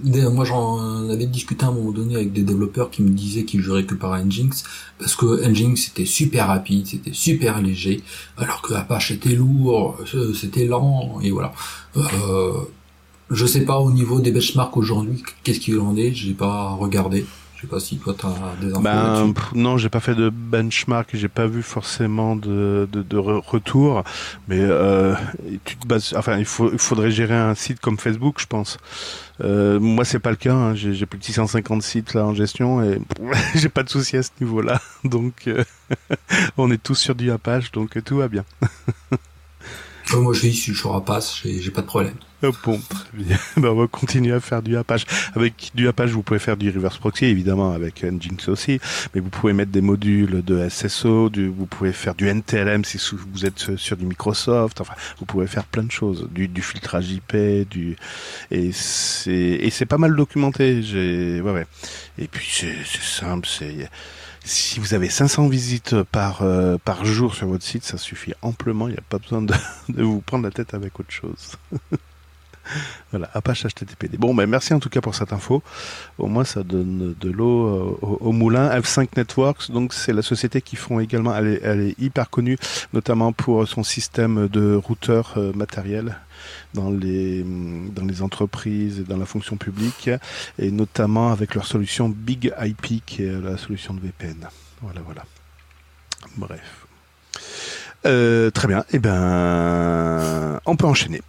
moi j'en avais discuté à un moment donné avec des développeurs qui me disaient qu'ils joueraient que par Nginx, parce que Nginx c'était super rapide, c'était super léger, alors que Apache était lourd, c'était lent, et voilà. Euh, je sais pas au niveau des benchmarks aujourd'hui, qu'est-ce qu'il en est, j'ai pas regardé. Je sais pas si toi t'as des infos ben, là-dessus. Pff, non, j'ai pas fait de benchmark, j'ai pas vu forcément de, de, de re- retour, mais euh, tu te bases, enfin, il, faut, il faudrait gérer un site comme Facebook, je pense. Euh, moi, c'est pas le cas. Hein. J'ai, j'ai plus de six cent cinquante sites là en gestion et j'ai pas de souci à ce niveau-là. Donc, euh, on est tous sur du Apache, donc tout va bien. Euh, moi, je suis sur Apache, j'ai, j'ai pas de problème. Bon, très bien. Ben, on va continuer à faire du Apache. Avec du Apache, vous pouvez faire du reverse proxy, évidemment, avec Nginx aussi. Mais vous pouvez mettre des modules de S S O, du, vous pouvez faire du N T L M si vous êtes sur du Microsoft. Enfin, vous pouvez faire plein de choses. Du, du filtrage I P, du, et c'est, et c'est pas mal documenté. J'ai, ouais, ouais. Et puis, c'est, c'est simple, c'est, si vous avez cinq cents visites par, euh, par jour sur votre site, ça suffit amplement. Il n'y a pas besoin de, de vous prendre la tête avec autre chose. Voilà, Apache H T T P D. Bon, ben merci en tout cas pour cette info. Au moins, ça donne de l'eau euh, au, au moulin. F cinq Networks, donc c'est la société qui font également. Elle est, elle est hyper connue, notamment pour son système de routeur euh, matériel dans les dans les entreprises et dans la fonction publique, et notamment avec leur solution Big I P, qui est la solution de V P N. Voilà, voilà. Bref. Euh, très bien. Eh ben, on peut enchaîner.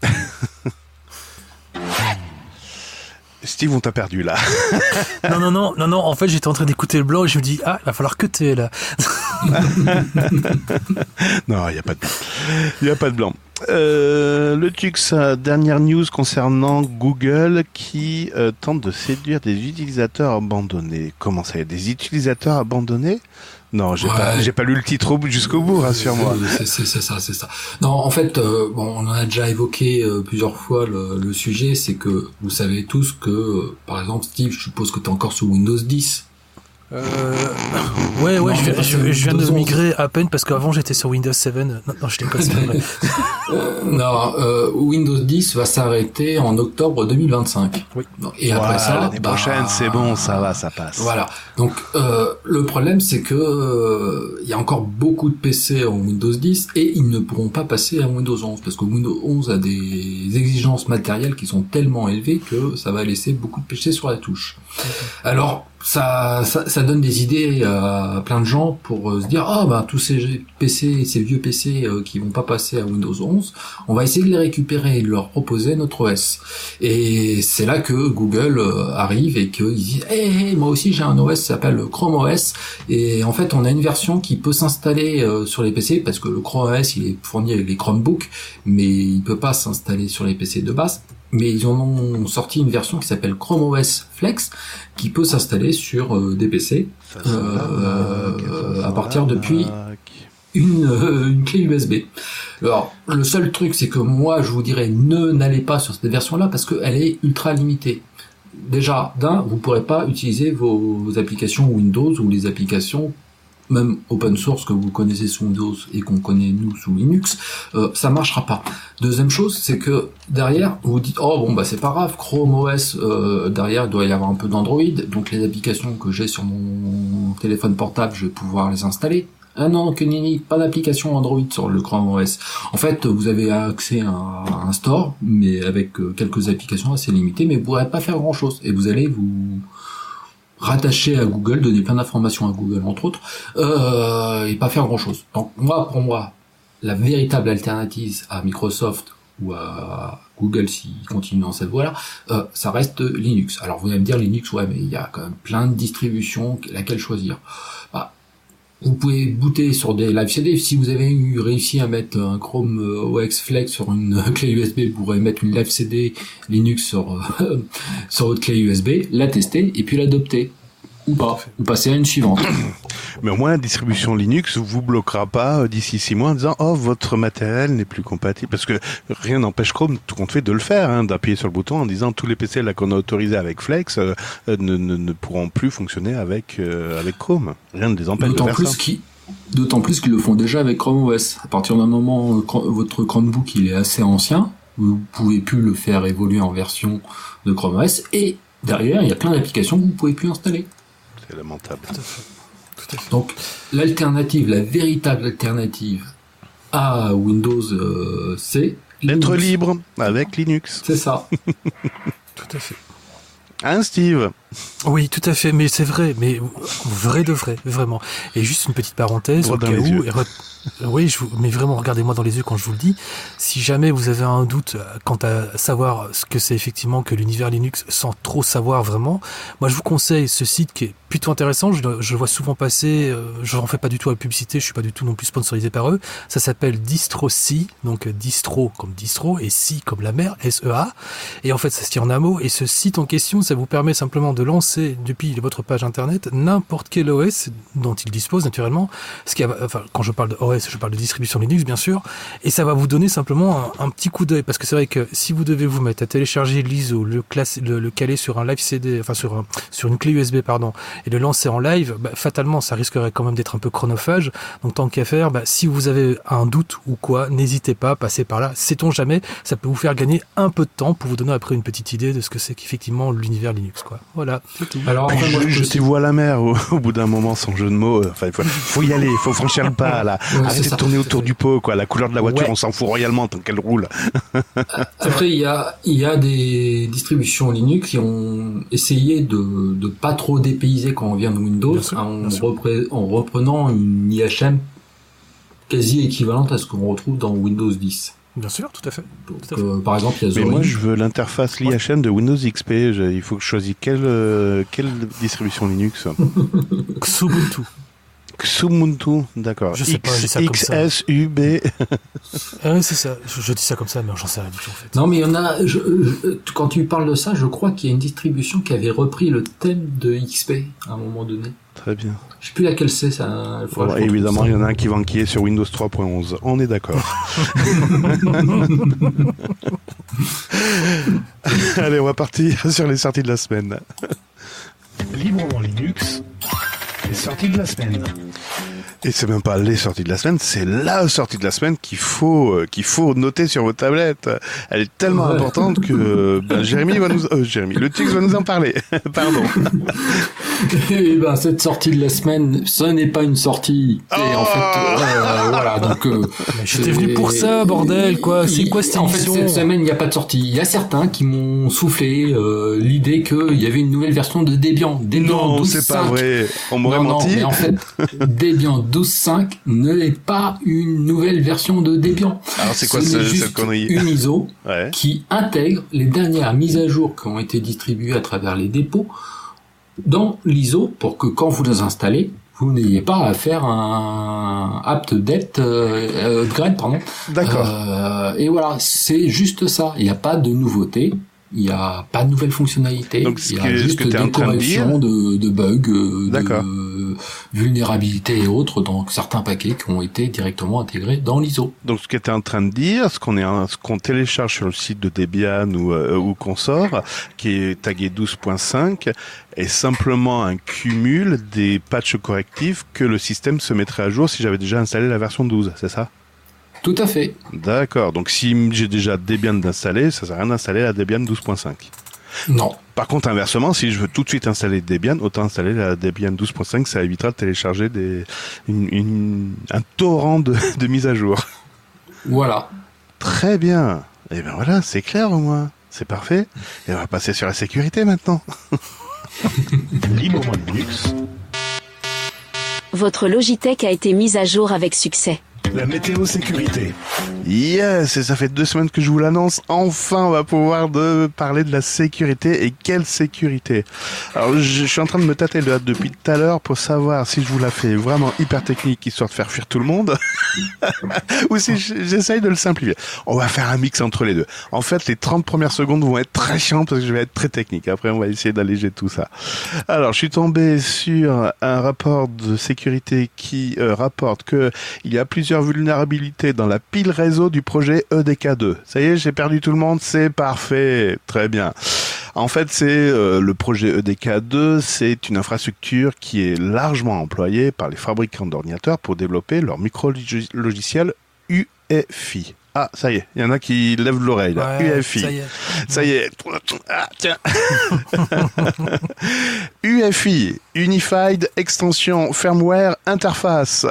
Steve, on t'a perdu là. non, non, non, non, non. En fait, j'étais en train d'écouter le blanc et je me dis, ah, il va falloir que tu es là. Non, il n'y a pas de blanc. Il n'y a pas de blanc. Euh, le Tux, dernière news concernant Google qui euh, tente de séduire des utilisateurs abandonnés. Comment ça, il y a des utilisateurs abandonnés ? Non, j'ai ouais. pas, j'ai pas lu le titre jusqu'au bout, rassure-moi. C'est, c'est, c'est ça, c'est ça. Non, en fait, euh, bon, on en a déjà évoqué euh, plusieurs fois le, le sujet, c'est que vous savez tous que, euh, par exemple, Steve, je suppose que t'es encore sous Windows dix. Euh, ouais, ouais, non, je, je, je, je viens de migrer à peine parce qu'avant j'étais sur Windows sept. Non, non je l'ai pas, c'est vrai. euh, non, euh, Windows dix va s'arrêter en octobre deux mille vingt-cinq. Oui. Et après ouais, ça, l'année bah, prochaine, c'est bon, ça va, ça passe. Voilà. Donc, euh, le problème, c'est que euh, il y a encore beaucoup de P C en Windows dix et ils ne pourront pas passer à Windows onze parce que Windows onze a des exigences matérielles qui sont tellement élevées que ça va laisser beaucoup de P C sur la touche. Okay. Alors, Ça, ça, ça donne des idées à plein de gens pour euh, se dire ah bah tous ces P C, ces vieux P C euh, qui vont pas passer à Windows onze, on va essayer de les récupérer et de leur proposer notre O S. Et c'est là que Google euh, arrive et qu'ils disent hey, hey, moi aussi j'ai un O S qui s'appelle Chrome O S et en fait on a une version qui peut s'installer euh, sur les P C parce que le Chrome O S il est fourni avec les Chromebooks mais il peut pas s'installer sur les P C de base. Mais ils en ont sorti une version qui s'appelle Chrome O S Flex qui peut s'installer sur euh, des P C euh, euh, à partir depuis une, euh, une clé U S B. Alors le seul truc c'est que moi je vous dirais ne n'allez pas sur cette version-là parce qu'elle est ultra limitée. Déjà d'un vous pourrez pas utiliser vos, vos applications Windows ou les applications même open source que vous connaissez sous Windows et qu'on connaît nous sous Linux, euh, ça marchera pas. Deuxième chose, c'est que derrière, vous dites oh bon bah c'est pas grave, Chrome O S euh, derrière il doit y avoir un peu d'Android, donc les applications que j'ai sur mon téléphone portable, je vais pouvoir les installer. Ah non, que nini, pas d'application Android sur le Chrome O S. En fait, vous avez accès à un, à un store, mais avec euh, quelques applications assez limitées, mais vous pourrez pas faire grand chose et vous allez vous rattacher à Google, donner plein d'informations à Google entre autres, euh, et pas faire grand chose. Donc moi, pour moi, la véritable alternative à Microsoft ou à Google s'ils continuent dans cette voie-là, euh, ça reste Linux. Alors vous allez me dire Linux, ouais, mais il y a quand même plein de distributions, laquelle choisir. Bah, vous pouvez booter sur des live C D. Si vous avez eu réussi à mettre un Chrome O S Flex sur une clé U S B, vous pourrez mettre une live C D Linux sur euh, sur votre clé U S B, la tester et puis l'adopter. Ou pas, ou passer à une suivante. Mais au moins, la distribution Linux vous bloquera pas d'ici six mois en disant oh votre matériel n'est plus compatible, parce que rien n'empêche Chrome tout compte fait de le faire, hein, d'appuyer sur le bouton en disant tous les P C là qu'on a autorisés avec Flex euh, ne, ne, ne pourront plus fonctionner avec euh, avec Chrome. Rien ne les empêche d'autant de faire plus ça. Qui, d'autant plus qu'ils le font déjà avec Chrome O S. À partir d'un moment, votre Chromebook il est assez ancien, vous pouvez plus le faire évoluer en version de Chrome O S et derrière, il y a plein d'applications que vous pouvez plus installer. C'est lamentable. Tout à fait. Tout à fait. Donc, l'alternative, la véritable alternative à Windows, euh, c'est Être Linux. libre avec Linux. C'est ça. Tout à fait. Hein, Steve? Oui, tout à fait, mais c'est vrai, mais vrai de vrai, vraiment. Et juste une petite parenthèse, Droit au dans cas les où, yeux. et re- oui, je vous- mais vraiment, regardez-moi dans les yeux quand je vous le dis. Si jamais vous avez un doute euh, quant à savoir ce que c'est effectivement que l'univers Linux, sans trop savoir vraiment, moi je vous conseille ce site qui est plutôt intéressant. Je, le- je le vois souvent passer. Euh, je n'en fais pas du tout la publicité. Je suis pas du tout non plus sponsorisé par eux. Ça s'appelle DistroC, donc euh, distro comme distro et C comme la mer, S E A. Et en fait, ça se tient en un mot. Et ce site en question, ça vous permet simplement de lancer depuis votre page internet n'importe quel O S dont il dispose naturellement. Ce qui a, enfin, quand je parle de O S, je parle de distribution Linux bien sûr. Et ça va vous donner simplement un, un petit coup d'œil parce que c'est vrai que si vous devez vous mettre à télécharger l'I S O, le, classe, le, le caler sur un live C D, enfin sur un, sur une clé U S B pardon, et le lancer en live, bah, fatalement ça risquerait quand même d'être un peu chronophage. Donc tant qu'à faire, bah, si vous avez un doute ou quoi, n'hésitez pas, passez par là. Sait-on jamais, ça peut vous faire gagner un peu de temps pour vous donner après une petite idée de ce que c'est qu'effectivement l'univers Linux, quoi. Voilà, c'est tout. Alors, après, moi, je peux aussi- Jetez-vous à la mer au, au bout d'un moment, sans jeu de mots. Enfin, il faut, faut y aller, il faut franchir le pas, là. Ouais, c'est Arrêtez ça, de tourner tout à autour fait. du pot, quoi. La couleur de la voiture, Ouais. on s'en fout royalement tant qu'elle roule. Après, il y a, il y a des distributions Linux qui ont essayé de, de pas trop dépayser quand on vient de Windows, Bien sûr, en, bien sûr. repré- en reprenant une I H M quasi équivalente à ce qu'on retrouve dans Windows dix. Bien sûr, tout à fait. Donc, Tout à fait. euh, par exemple, il y a Mais Zorin. moi, je veux l'interface l'I H M de Windows X P. Je- il faut que je choisisse quelle, euh, quelle distribution Linux. Xubuntu. Xubuntu, d'accord. Je sais pas, j'ai ça comme X ça. S U B. Ah, c'est ça. Je, je dis ça comme ça, mais j'en sais rien du tout en fait. Non, mais il y en a. Je, je- quand tu parles de ça, je crois qu'il y a une distribution qui avait repris le thème de X P à un moment donné. Très bien. Je sais plus laquelle c'est. Ça. il faudra Bon, que je retrouve évidemment, ça. il y en a un qui va enquiller sur Windows trois point onze. On est d'accord. Allez, on va partir sur les sorties de la semaine. Librement Linux, les sorties de la semaine. Et c'est même pas les sorties de la semaine, c'est la sortie de la semaine qu'il faut euh, qu'il faut noter sur vos tablettes. Elle est tellement Ouais. importante que euh, ben, Jérémy va nous euh, Jérémy, le Tix va nous en parler. Pardon. Et ben cette sortie de la semaine, ce n'est pas une sortie. Et en fait, euh, voilà. Donc, euh, Mais j'étais venu pour ça, bordel, quoi. C'est quoi cette En fait, émission cette semaine, il n'y a pas de sortie. Il y a certains qui m'ont soufflé euh, l'idée qu'il y avait une nouvelle version de Debian. Debian Non, douze c'est pas point cinq. vrai. On m'aurait Non, non, menti. mais en fait, Debian douze point cinq n'est pas une nouvelle version de Debian. Alors c'est quoi Ce ce- n'est cette juste connerie? Une I S O Ouais. qui intègre les dernières mises à jour qui ont été distribuées à travers les dépôts dans l'I S O pour que quand vous les installez, vous n'ayez pas à faire un apt-date euh, upgrade, pardon. D'accord. Euh, et voilà, c'est juste ça. Il n'y a pas de nouveauté. Il n'y a pas de nouvelles fonctionnalités. Donc, ce il y que- a ce juste que t'es des en train de dire- corrections de, de bugs, euh, D'accord. de vulnérabilités et autres dans certains paquets qui ont été directement intégrés dans l'I S O. Donc ce que tu es en train de dire, ce qu'on est, en- ce qu'on télécharge sur le site de Debian ou euh, ou qu'on sort, qui est tagué douze point cinq, est simplement un cumul des patchs correctifs que le système se mettrait à jour si j'avais déjà installé la version douze, c'est ça? Tout à fait. D'accord. Donc si j'ai déjà Debian d'installer, ça sert à rien d'installer la Debian douze point cinq. Non. Par contre, inversement, si je veux tout de suite installer Debian, autant installer la Debian douze point cinq, ça évitera de télécharger des, une, une- un torrent de, de mises à jour. Voilà. Très bien. Et ben voilà, c'est clair au moins. C'est parfait. Et on va passer sur la sécurité maintenant. Librement Linux, Votre Logitech a été mise à jour avec succès. la météo sécurité. Yes, et ça fait deux semaines que je vous l'annonce. Enfin, on va pouvoir de parler de la sécurité. Et quelle sécurité! Alors, je, je suis en train de me tâter le hâte depuis tout à l'heure pour savoir si je vous la fais vraiment hyper technique, histoire de faire fuir tout le monde, ou si j- j'essaye de le simplifier. On va faire un mix entre les deux. En fait, les trente premières secondes vont être très chiantes parce que je vais être très technique. Après, on va essayer d'alléger tout ça. Alors, je suis tombé sur un rapport de sécurité qui euh, rapporte que il y a plusieurs vulnérabilités dans la pile réseau du projet E D K deux. Ça y est, j'ai perdu tout le monde, c'est parfait, très bien. En fait, c'est euh, le projet E D K deux, c'est une infrastructure qui est largement employée par les fabricants d'ordinateurs pour développer leur micro-logiciel U E F I. Ah, ça y est, il y en a qui lèvent l'oreille, là. Ouais, U F I. ça y est. Ça y est. Ah, tiens. U F I, Unified Extension Firmware Interface.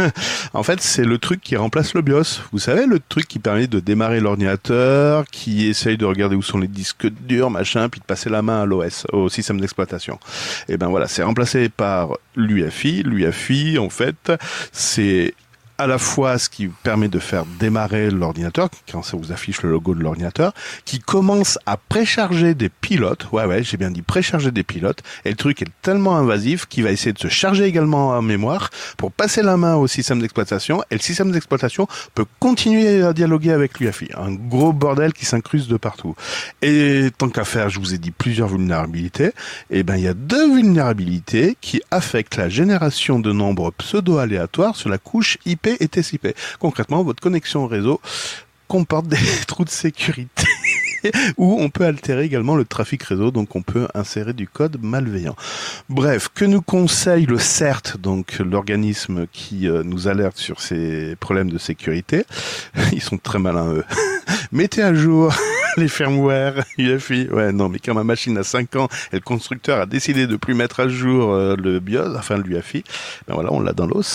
En fait, c'est le truc qui remplace le BIOS. Vous savez, le truc qui permet de démarrer l'ordinateur, qui essaye de regarder où sont les disques durs, machin, puis de passer la main à l'O S, au système d'exploitation. Et ben voilà, c'est remplacé par l'U F I. L'U F I, en fait, c'est à la fois ce qui permet de faire démarrer l'ordinateur, quand ça vous affiche le logo de l'ordinateur, qui commence à précharger des pilotes, ouais ouais, j'ai bien dit précharger des pilotes, et le truc est tellement invasif qu'il va essayer de se charger également en mémoire pour passer la main au système d'exploitation, et le système d'exploitation peut continuer à dialoguer avec l'U F I. Un gros bordel qui s'incruste de partout. Et tant qu'à faire, je vous ai dit plusieurs vulnérabilités, et ben il y a deux vulnérabilités qui affectent la génération de nombres pseudo-aléatoires sur la couche I P et T C P. Concrètement, votre connexion au réseau comporte des trous de sécurité où on peut altérer également le trafic réseau, donc on peut insérer du code malveillant. Bref, que nous conseille le C E R T, donc l'organisme qui euh, nous alerte sur ces problèmes de sécurité. Ils sont très malins, eux. Mettez à jour les firmware U F I. Ouais, non, mais quand ma machine a cinq ans et le constructeur a décidé de plus mettre à jour euh, le BIOS, enfin l'U F I, ben voilà, on l'a dans l'os.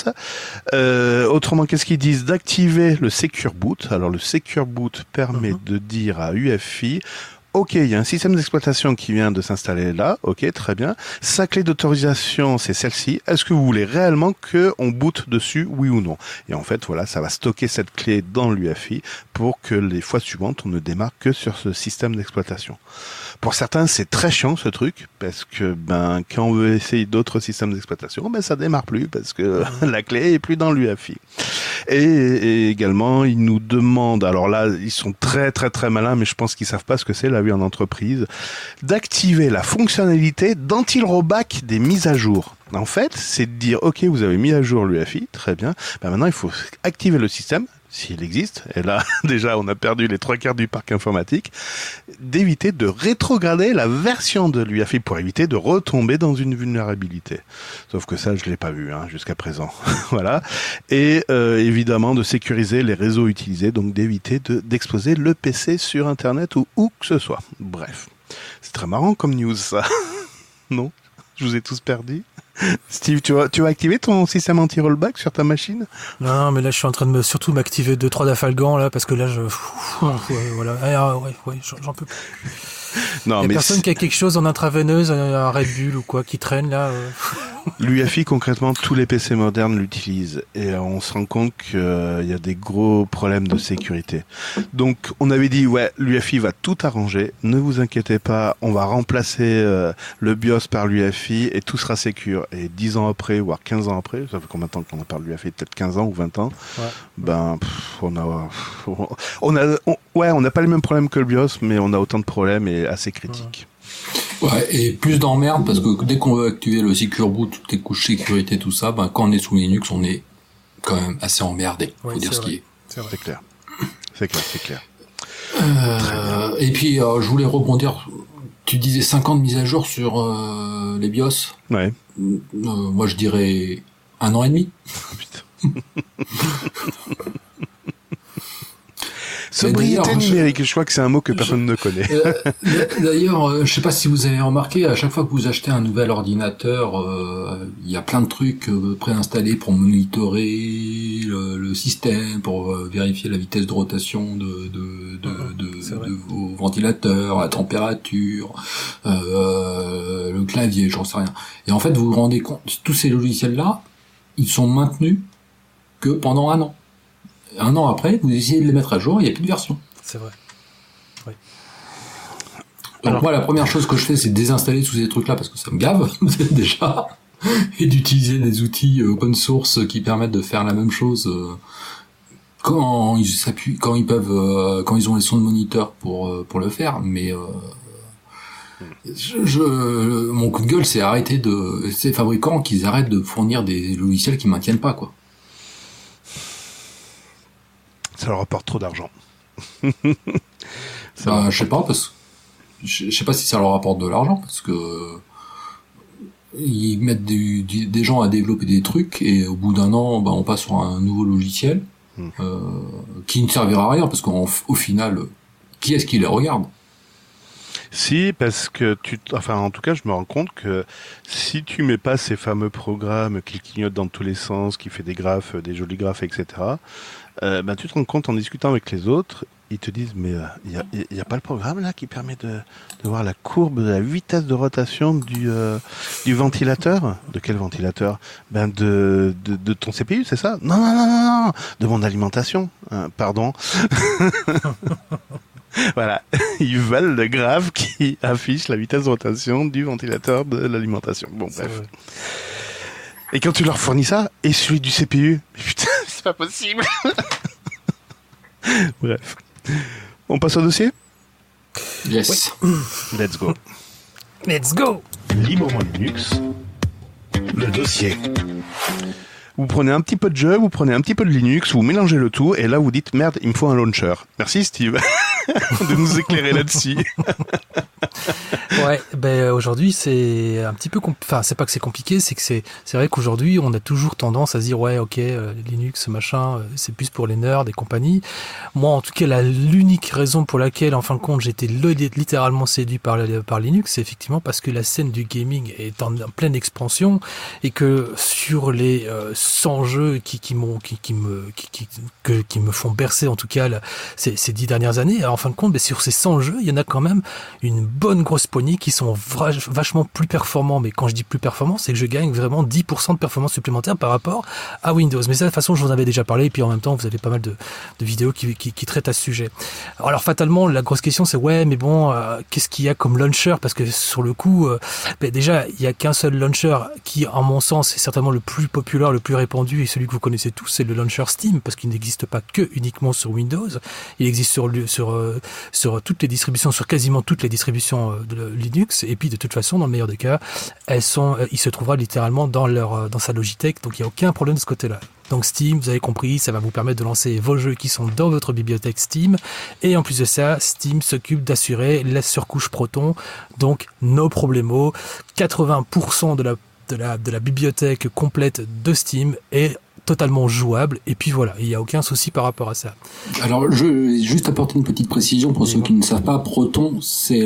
Euh, autrement, qu'est-ce qu'ils disent? D'activer le Secure Boot. Alors, le Secure Boot permet mm-hmm. de dire à U F I, ok, il y a un système d'exploitation qui vient de s'installer là, ok, très bien. Sa clé d'autorisation, c'est celle-ci. Est-ce que vous voulez réellement qu'on boot dessus, oui ou non? Et en fait, voilà, ça va stocker cette clé dans l'U F I pour que les fois suivantes, on ne démarre que sur ce système d'exploitation. Pour certains, c'est très chiant ce truc, parce que ben quand on veut essayer d'autres systèmes d'exploitation, ben ça démarre plus, parce que la clé est plus dans l'U F I. Et, et également, ils nous demandent, alors là, ils sont très très très malins, mais je pense qu'ils savent pas ce que c'est la vie en entreprise, d'activer la fonctionnalité d'anti-rollback des mises à jour. En fait, c'est de dire, ok, vous avez mis à jour l'U F I, très bien, ben maintenant il faut activer le système, s'il existe, et là, déjà, on a perdu les trois quarts du parc informatique, d'éviter de rétrograder la version de l'U F I pour éviter de retomber dans une vulnérabilité. Sauf que ça, je l'ai pas vu, hein, jusqu'à présent. Voilà. Et, euh, évidemment, de sécuriser les réseaux utilisés, donc d'éviter de, d'exposer le P C sur Internet ou où que ce soit. Bref. C'est très marrant comme news, ça. Non? Je vous ai tous perdu. Steve, tu vas, tu vas activer ton système anti-rollback sur ta machine? Non, mais là, je suis en train de me, surtout m'activer deux, trois d'Afalgan, là, parce que là, je, pff, ouais, voilà. Ah, ouais, ouais, j'en peux plus. Non, il y a mais personne c'est... qui a quelque chose en intraveineuse, un Red Bull ou quoi, qui traîne, là. Euh... L'U F I, concrètement, tous les P C modernes l'utilisent. Et on se rend compte qu'il euh, y a des gros problèmes de sécurité. Donc, on avait dit, ouais, l'U F I va tout arranger. Ne vous inquiétez pas, on va remplacer euh, le BIOS par l'U F I et tout sera sécure. Et dix ans après, voire quinze ans après, ça fait combien de temps qu'on en parle de l'U F I? Peut-être quinze ans ou vingt ans. Ouais. Ben, pff, on a... On a on, ouais, on n'a pas les mêmes problèmes que le BIOS, mais on a autant de problèmes et assez critiques. Ouais. Ouais, et plus d'emmerde parce que dès qu'on veut activer le Secure Boot, toutes les couches sécurité, tout ça, ben quand on est sous Linux, on est quand même assez emmerdé. Faut oui, dire ce vrai. qui est. C'est, vrai. c'est clair. C'est clair, c'est clair. Euh, et puis, euh, je voulais rebondir. Tu disais cinq ans de mise à jour sur euh, les BIOS. Ouais. Euh, moi, je dirais un an et demi. Putain. Sobriété numérique, je crois que c'est un mot que personne je, ne connaît. Euh, d'ailleurs, euh, je sais pas si vous avez remarqué, à chaque fois que vous achetez un nouvel ordinateur, euh, il y a plein de trucs euh, préinstallés pour monitorer le, le système, pour euh, vérifier la vitesse de rotation de, de, de, mmh, de, de vos ventilateurs, la température, euh, le clavier, j'en sais rien. Et en fait, vous vous rendez compte, tous ces logiciels-là, ils sont maintenus que pendant un an. Un an après, vous essayez de les mettre à jour, il n'y a plus de version. C'est vrai. Oui. Donc alors, moi, la première chose que je fais, c'est désinstaller tous ces trucs-là parce que ça me gave, déjà, et d'utiliser des outils open source qui permettent de faire la même chose quand ils s'appuient, quand ils peuvent, quand ils ont les sons de moniteur pour pour le faire. Mais euh, je, je, mon coup de gueule, c'est arrêter de ces fabricants qu'ils arrêtent de fournir des logiciels qui maintiennent pas, quoi. Ça leur rapporte trop d'argent. ça bah, je sais pas parce que je sais pas si ça leur rapporte de l'argent parce que ils mettent des, des gens à développer des trucs et au bout d'un an, bah, on passe sur un nouveau logiciel. Mmh. Euh, qui ne servira à rien, parce qu'au au final, qui est-ce qui les regarde ? Si, parce que tu, enfin, en tout cas, je me rends compte que si tu mets pas ces fameux programmes qui clignotent dans tous les sens, qui fait des graphes, des jolis graphes, et cetera, euh, ben, tu te rends compte en discutant avec les autres, ils te disent, mais il euh, y, a, y a pas le programme là qui permet de, de voir la courbe de la vitesse de rotation du, euh, du ventilateur. De quel ventilateur ? Ben de, de, de ton C P U, c'est ça ? Non, non, non, non, non, de mon alimentation. Euh, pardon. Voilà, ils veulent le graphe qui affiche la vitesse de rotation du ventilateur de l'alimentation. Bon, bref. Et quand tu leur fournis ça, et celui du C P U, mais putain, c'est pas possible. Bref. On passe au dossier ? Yes. Ouais. Let's go. Let's go. Librement Linux, le dossier. Vous prenez un petit peu de jeu, vous prenez un petit peu de Linux, vous mélangez le tout, et là vous dites, merde, il me faut un launcher. Merci Steve de nous éclairer là-dessus. Ouais, ben aujourd'hui c'est un petit peu, compl- enfin c'est pas que c'est compliqué, c'est que c'est c'est vrai qu'aujourd'hui on a toujours tendance à se dire ouais ok euh, Linux machin euh, c'est plus pour les nerds et compagnie. Moi en tout cas la l'unique raison pour laquelle en fin de compte j'étais le- littéralement séduit par par Linux, c'est effectivement parce que la scène du gaming est en, en pleine expansion et que sur les euh, cent jeux qui qui m'ont qui, qui me qui, qui que, qui me font bercer en tout cas là, ces ces dix dernières années, en fin de compte ben, sur ces cent jeux il y en a quand même une bonne grosse poignée qui sont vra- vachement plus performants. Mais quand je dis plus performants, c'est que je gagne vraiment dix pour cent de performance supplémentaire par rapport à Windows. Mais ça, de toute façon, je vous en avais déjà parlé. Et puis en même temps, vous avez pas mal de, de vidéos qui, qui, qui traitent à ce sujet. Alors fatalement, la grosse question, c'est ouais, mais bon, euh, qu'est-ce qu'il y a comme launcher ? Parce que sur le coup, euh, ben déjà, il y a qu'un seul launcher qui, en mon sens, est certainement le plus populaire, le plus répandu et celui que vous connaissez tous, c'est le launcher Steam, parce qu'il n'existe pas que uniquement sur Windows. Il existe sur sur euh, sur toutes les distributions, sur quasiment toutes les distributions euh, de Linux, et puis de toute façon dans le meilleur des cas elles sont, euh, il se trouvera littéralement dans leur euh, dans sa Logitech, donc il n'y a aucun problème de ce côté-là. Donc Steam, vous avez compris, ça va vous permettre de lancer vos jeux qui sont dans votre bibliothèque Steam, et en plus de ça, Steam s'occupe d'assurer la surcouche Proton, donc no problemo, quatre-vingts pour cent de la de la de la bibliothèque complète de Steam est totalement jouable, et puis voilà, il n'y a aucun souci par rapport à ça. Alors, je vais juste apporter une petite précision pour ceux qui ne savent pas. Proton, c'est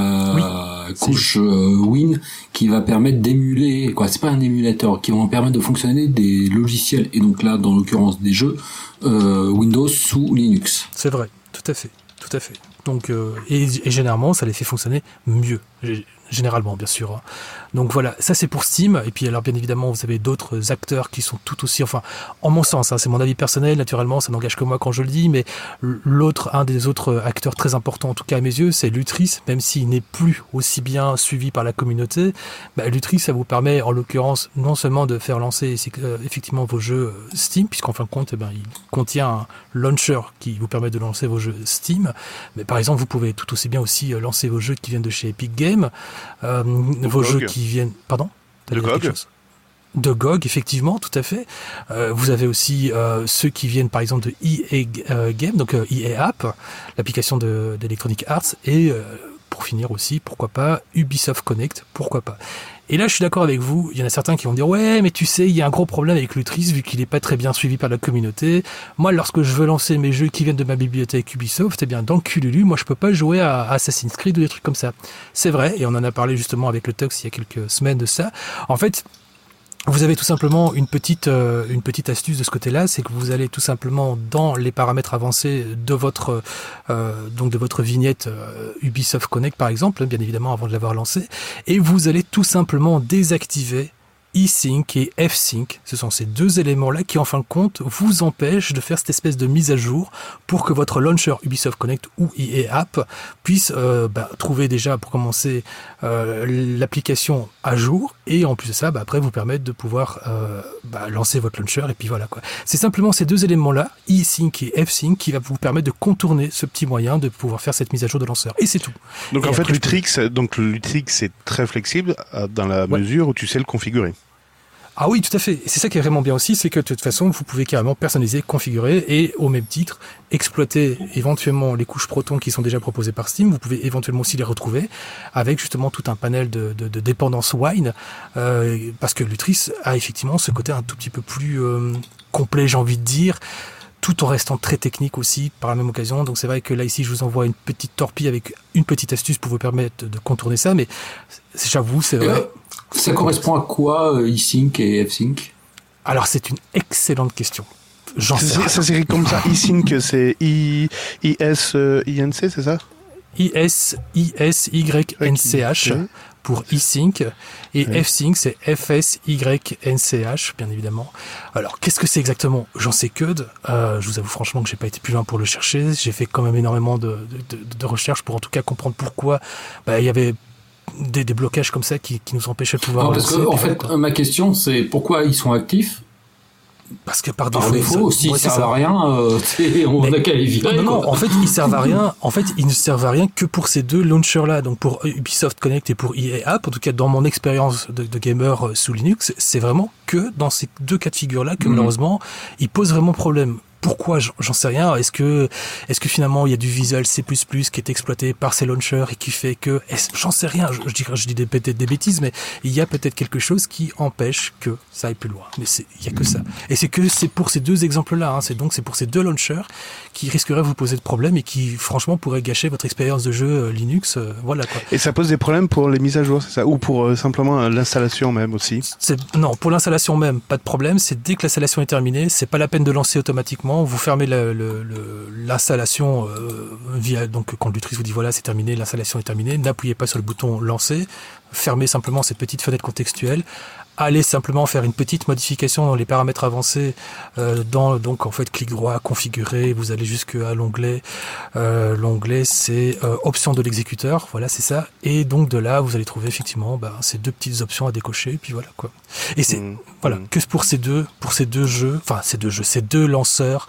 la oui, couche euh, Win qui va permettre d'émuler, quoi, c'est pas un émulateur, qui va permettre de fonctionner des logiciels, et donc là, dans l'occurrence des jeux, euh, Windows sous Linux. C'est vrai, tout à fait, tout à fait. Donc, euh, et, et généralement, ça les fait fonctionner mieux. Généralement, bien sûr. Donc voilà, ça c'est pour Steam. Et puis alors, bien évidemment, vous avez d'autres acteurs qui sont tout aussi, enfin, en mon sens, hein, c'est mon avis personnel, naturellement, ça n'engage que moi quand je le dis, mais l'autre, un des autres acteurs très importants, en tout cas à mes yeux, c'est Lutris, même s'il n'est plus aussi bien suivi par la communauté. Bah, Lutris, ça vous permet, en l'occurrence, non seulement de faire lancer euh, effectivement vos jeux Steam, puisqu'en fin de compte, eh ben, il contient un launcher qui vous permet de lancer vos jeux Steam, mais par exemple, vous pouvez tout aussi bien aussi lancer vos jeux qui viennent de chez Epic Games, euh, vos G O G. jeux qui viennent... Pardon ? De G O G. De G O G, effectivement, tout à fait. Euh, vous avez aussi euh, ceux qui viennent, par exemple, de E A euh, Game, donc euh, E A App, l'application de, d'Electronic Arts, et euh, pour finir aussi, pourquoi pas, Ubisoft Connect, pourquoi pas. Et là, je suis d'accord avec vous, il y en a certains qui vont dire « Ouais, mais tu sais, il y a un gros problème avec Lutris, vu qu'il n'est pas très bien suivi par la communauté. Moi, lorsque je veux lancer mes jeux qui viennent de ma bibliothèque Ubisoft, eh bien, dans le Cululu, moi, je peux pas jouer à Assassin's Creed ou des trucs comme ça. » C'est vrai, et on en a parlé justement avec le Tux il y a quelques semaines de ça. En fait, vous avez tout simplement une petite euh, une petite astuce de ce côté-là, c'est que vous allez tout simplement dans les paramètres avancés de votre euh, donc de votre vignette euh, Ubisoft Connect par exemple, bien évidemment avant de l'avoir lancé, et vous allez tout simplement désactiver eSync et F-Sync. Ce sont ces deux éléments-là qui, en fin de compte, vous empêchent de faire cette espèce de mise à jour pour que votre launcher Ubisoft Connect ou E A App puisse euh, bah, trouver déjà, pour commencer, euh, l'application à jour, et en plus de ça, bah, après, vous permettre de pouvoir euh, bah, lancer votre launcher, et puis voilà, quoi. C'est simplement ces deux éléments-là, eSync et F-Sync, qui va vous permettre de contourner ce petit moyen de pouvoir faire cette mise à jour de lanceur, et c'est tout. Donc et en fait, après, Lutris, donc Lutris, c'est très flexible dans la ouais. mesure où tu sais le configurer. Ah oui, tout à fait. Et c'est ça qui est vraiment bien aussi, c'est que de toute façon, vous pouvez carrément personnaliser, configurer, et au même titre, exploiter éventuellement les couches Proton qui sont déjà proposées par Steam. Vous pouvez éventuellement aussi les retrouver avec justement tout un panel de, de, de dépendance Wine, euh, parce que Lutris a effectivement ce côté un tout petit peu plus euh, complet, j'ai envie de dire. tout en restant très technique aussi par la même occasion. Donc c'est vrai que là ici je vous envoie une petite torpille avec une petite astuce pour vous permettre de contourner ça, mais j'avoue c'est vrai. Euh, ça correspond à quoi euh, eSync et F-Sync? Alors c'est une excellente question. J'en sais rien. Ça s'écrit comme ça, eSync, c'est I S I N C, c'est ça? I S I S Y N C H pour eSync et ouais. F-Sync c'est F S Y N C H bien évidemment. Alors qu'est-ce que c'est exactement? J'en sais que de. Euh, je vous avoue franchement que j'ai pas été plus loin pour le chercher. J'ai fait quand même énormément de, de, de, de recherches pour en tout cas comprendre pourquoi bah, il y avait des, des blocages comme ça qui, qui nous empêchaient de pouvoir. Non, parce que en fait quoi. Ma question c'est pourquoi ils sont actifs? Parce que par défaut, défaut s'ils ouais, servent à rien, euh, on a qu'à les virer. Non, non, en fait, ils servent à rien. En fait, ils ne servent à rien que pour ces deux launchers-là. Donc, pour Ubisoft Connect et pour E A App, en tout cas, dans mon expérience de, de gamer sous Linux, c'est vraiment que dans ces deux cas de figure-là que, mmh. malheureusement, ils posent vraiment problème. Pourquoi? J'en sais rien. Est-ce que, est-ce que finalement il y a du Visual C plus plus qui est exploité par ces launchers et qui fait que, j'en sais rien. Je, je dis, je dis des, peut-être des bêtises, mais il y a peut-être quelque chose qui empêche que ça aille plus loin. Mais c'est, il y a que ça. Et c'est que c'est pour ces deux exemples-là. Hein. C'est donc c'est pour ces deux launchers qui risqueraient de vous poser de problèmes et qui, franchement, pourraient gâcher votre expérience de jeu euh, Linux. Euh, voilà quoi. Et ça pose des problèmes pour les mises à jour, c'est ça? Ou pour euh, simplement euh, l'installation même aussi? C'est, non, pour l'installation même, pas de problème. C'est dès que l'installation est terminée, c'est pas la peine de lancer automatiquement. Vous fermez le, le, le, l'installation euh, via donc conductrice vous dit voilà c'est terminé, l'installation est terminée. N'appuyez pas sur le bouton lancer, fermez simplement cette petite fenêtre contextuelle. Allez simplement faire une petite modification dans les paramètres avancés. Euh, dans donc en fait clic droit configurer. Vous allez jusqu'à l'onglet. Euh, l'onglet c'est euh, options de l'exécuteur. Voilà c'est ça. Et donc de là vous allez trouver effectivement bah, ces deux petites options à décocher. Puis voilà quoi. Et c'est mmh. voilà mmh. que pour ces deux pour ces deux jeux. Enfin ces deux jeux, ces deux lanceurs.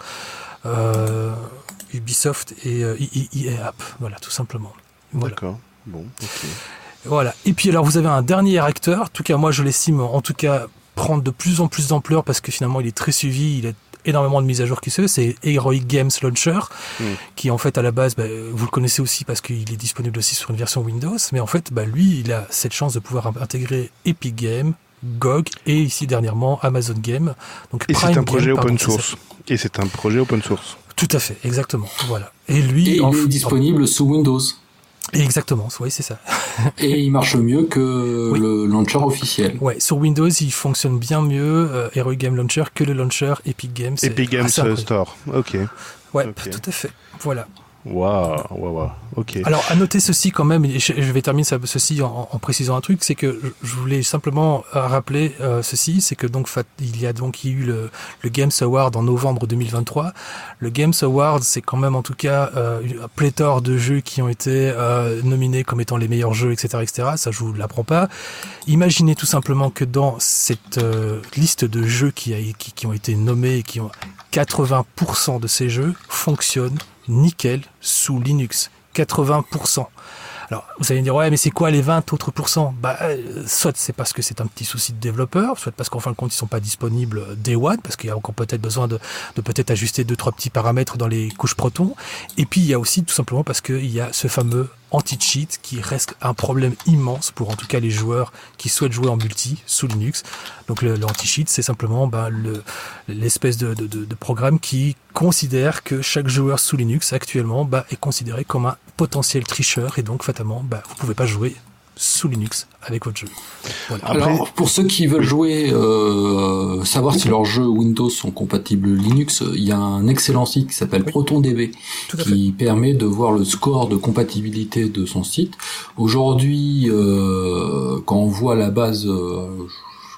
Euh, Ubisoft et euh, E A App, voilà, tout simplement. Voilà. D'accord, bon, ok. Voilà, et puis alors vous avez un dernier acteur, en tout cas moi je l'estime en tout cas prendre de plus en plus d'ampleur parce que finalement il est très suivi, il a énormément de mises à jour qui se fait, c'est Heroic Games Launcher, mm. qui en fait à la base, bah, vous le connaissez aussi parce qu'il est disponible aussi sur une version Windows, mais en fait bah, lui il a cette chance de pouvoir intégrer Epic Games, G O G et ici dernièrement Amazon Game. Donc et Prime c'est un projet Game, open pardon, source. Et c'est un projet open source. Tout à fait, exactement. Voilà. Et lui, et il f... est disponible sous Windows. Exactement, oui, c'est ça. Et il marche mieux que oui. le launcher officiel. Ouais, sur Windows, il fonctionne bien mieux, euh, Heroic Game Launcher, que le launcher Epic Games. Epic Games Store, ok. Ouais, okay. tout à fait. Voilà. Waouh, waouh, waouh, ok. Alors, à noter ceci quand même, et je vais terminer ceci en, en précisant un truc, c'est que je voulais simplement rappeler euh, ceci, c'est que donc il y a donc il y a eu le, le Games Award en novembre deux mille vingt-trois. Le Games Award, c'est quand même en tout cas euh, une pléthore de jeux qui ont été euh, nominés comme étant les meilleurs jeux, et cetera, et cetera. Ça, je vous l'apprends pas. Imaginez tout simplement que dans cette euh, liste de jeux qui, a, qui, qui ont été nommés et qui ont quatre-vingts pour cent de ces jeux fonctionnent nickel sous Linux, quatre-vingts pour cent. Alors, vous allez me dire, ouais, mais c'est quoi les vingt autres pourcents? Bah, euh, soit c'est parce que c'est un petit souci de développeur, soit parce qu'en fin de compte, ils sont pas disponibles day one, parce qu'il y a encore peut-être besoin de, de peut-être ajuster deux, trois petits paramètres dans les couches Proton. Et puis, il y a aussi tout simplement parce qu'il y a ce fameux anti-cheat qui reste un problème immense pour en tout cas les joueurs qui souhaitent jouer en multi sous Linux. Donc le, le anti-cheat, c'est simplement ben, le, l'espèce de, de, de, de programme qui considère que chaque joueur sous Linux actuellement ben, est considéré comme un potentiel tricheur et donc fatalement ben, vous pouvez pas jouer sous Linux avec votre jeu. Voilà. Alors pour ceux qui veulent jouer, euh, savoir si leurs jeux Windows sont compatibles Linux, il y a un excellent site qui s'appelle oui. ProtonDB qui fait. permet de voir le score de compatibilité de son site. Aujourd'hui, euh, quand on voit la base, euh,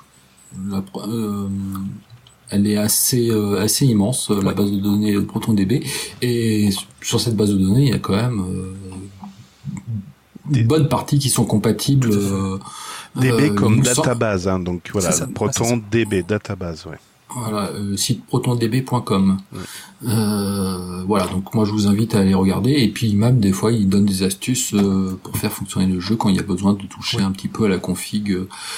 la, euh, elle est assez euh, assez immense, oui. la base de données de ProtonDB, et sur cette base de données, il y a quand même euh, une bonne partie qui sont compatibles. Euh, D B euh, comme sans... database, hein, donc voilà, ProtonDB, database, ouais. Voilà, euh, site protondb point com. Ouais. Euh, voilà, donc moi je vous invite à aller regarder, et puis même des fois il donne des astuces euh, pour faire fonctionner le jeu quand il y a besoin de toucher ouais. un petit peu à la config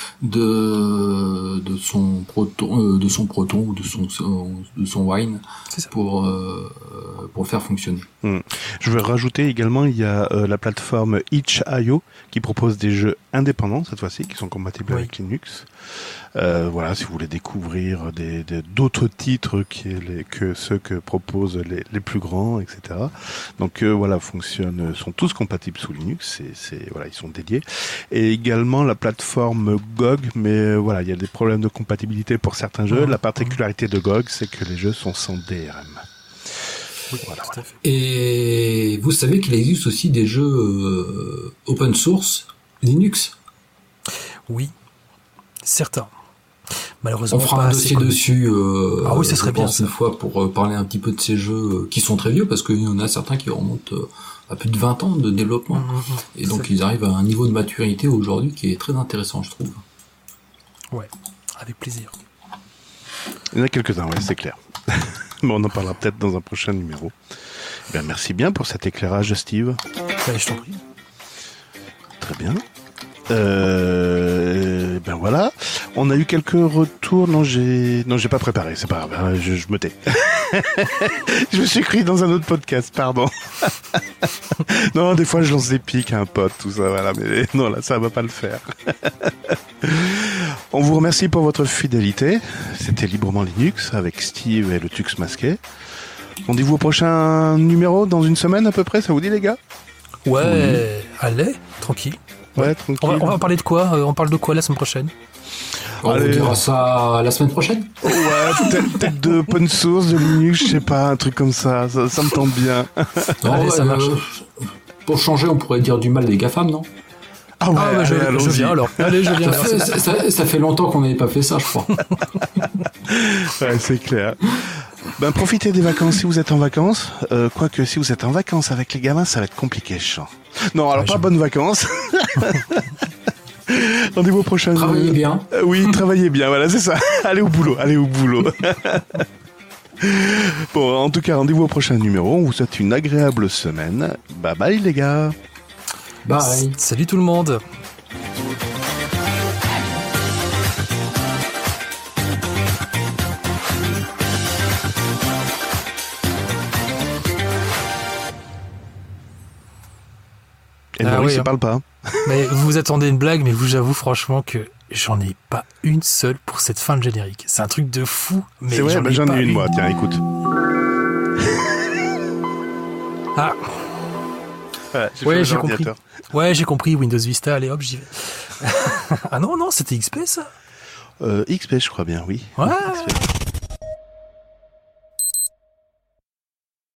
de de son proton, euh, de son proton ou de son de son wine pour euh, pour faire fonctionner. Mmh. Je veux rajouter également, il y a euh, la plateforme itch point io qui propose des jeux indépendants cette fois-ci qui sont compatibles oui. avec Linux. Euh, voilà, si vous voulez découvrir des des, des- d'autres titres qui est les, que ceux que proposent les, les plus grands, et cetera. Donc euh, voilà, fonctionnent, sont tous compatibles sous Linux. C'est, c'est voilà, ils sont dédiés. Et également la plateforme G O G, mais euh, voilà, il y a des problèmes de compatibilité pour certains jeux. Mmh. La particularité de G O G, c'est que les jeux sont sans D R M. Oui, Voilà, tout à fait. Et vous savez qu'il existe aussi des jeux euh, open source Linux. Oui, certains. Malheureusement, On fera pas un assez dossier connus. dessus. Euh, Ah oui, ça serait je bien, pense, ça. une fois pour euh, parler un petit peu de ces jeux euh, qui sont très vieux, parce qu'il y en a certains qui remontent euh, à plus de vingt ans de développement. Mmh, mmh, Et donc c'est- ils arrivent à un niveau de maturité aujourd'hui qui est très intéressant, je trouve. Ouais, avec plaisir. Il y en a quelques-uns, ouais, c'est clair. Mais on en parlera peut-être dans un prochain numéro. Eh bien, merci bien pour cet éclairage, Steve. Allez, je t'en prie. Très bien. Euh, ben voilà. On a eu quelques retours. Non, j'ai, non, j'ai pas préparé. C'est pas grave. hein, Je, je me tais. Je me suis écrit dans un autre podcast. Pardon. Non, des fois, je lance des pics à un pote, tout ça. Voilà. Mais non, là, ça va pas le faire. On vous remercie pour votre fidélité. C'était Librement Linux avec Steve et le Tux masqué. Rendez-vous au prochain numéro dans une semaine à peu près. Ça vous dit, les gars? Ouais, allez, tranquille. Ouais, tranquille. On va, on va parler de quoi euh, On parle de quoi la semaine prochaine? On Allez. vous dira ça la semaine prochaine. Ouais, peut-être, peut-être de open source, de Linux, je sais pas, un truc comme ça, ça, ça me tente bien. Non, Allez, ouais, ça marche. euh, pour changer, on pourrait dire du mal des GAFAM, non? Ah ouais, Ah bah, je, allez, je allons-y. viens alors. Allez, je viens. Ça fait, ça, ça- ça fait longtemps qu'on n'avait pas fait ça, je crois. Ouais, c'est clair. Ben, profitez des vacances si vous êtes en vacances. Euh, quoique, si vous êtes en vacances avec les gamins, ça va être compliqué, je sens. Non, alors Ouais, pas je- bonnes vacances. Rendez-vous au prochain. Travaillez bien. Euh, oui, travaillez bien, voilà, c'est ça. Allez au boulot, allez au boulot. Bon, en tout cas, rendez-vous au prochain numéro. On vous souhaite une agréable semaine. Bye bye, les gars. Bye. Salut tout le monde. Et Ah Maurice oui, ne hein. parle pas. Mais vous vous attendez une blague, mais vous j'avoue franchement que j'en ai pas une seule pour cette fin de générique. C'est un truc de fou. Mais C'est vrai, j'en ben, ai j'en pas ai une, moi. Tiens, écoute. Ah, Ouais, j'ai Ouais, fait j'ai mon compris. ordinateur. ouais, j'ai compris. Windows Vista, allez hop, j'y vais. Ah non, non, c'était X P ça. Euh, X P, je crois bien, oui. Ouais. X P.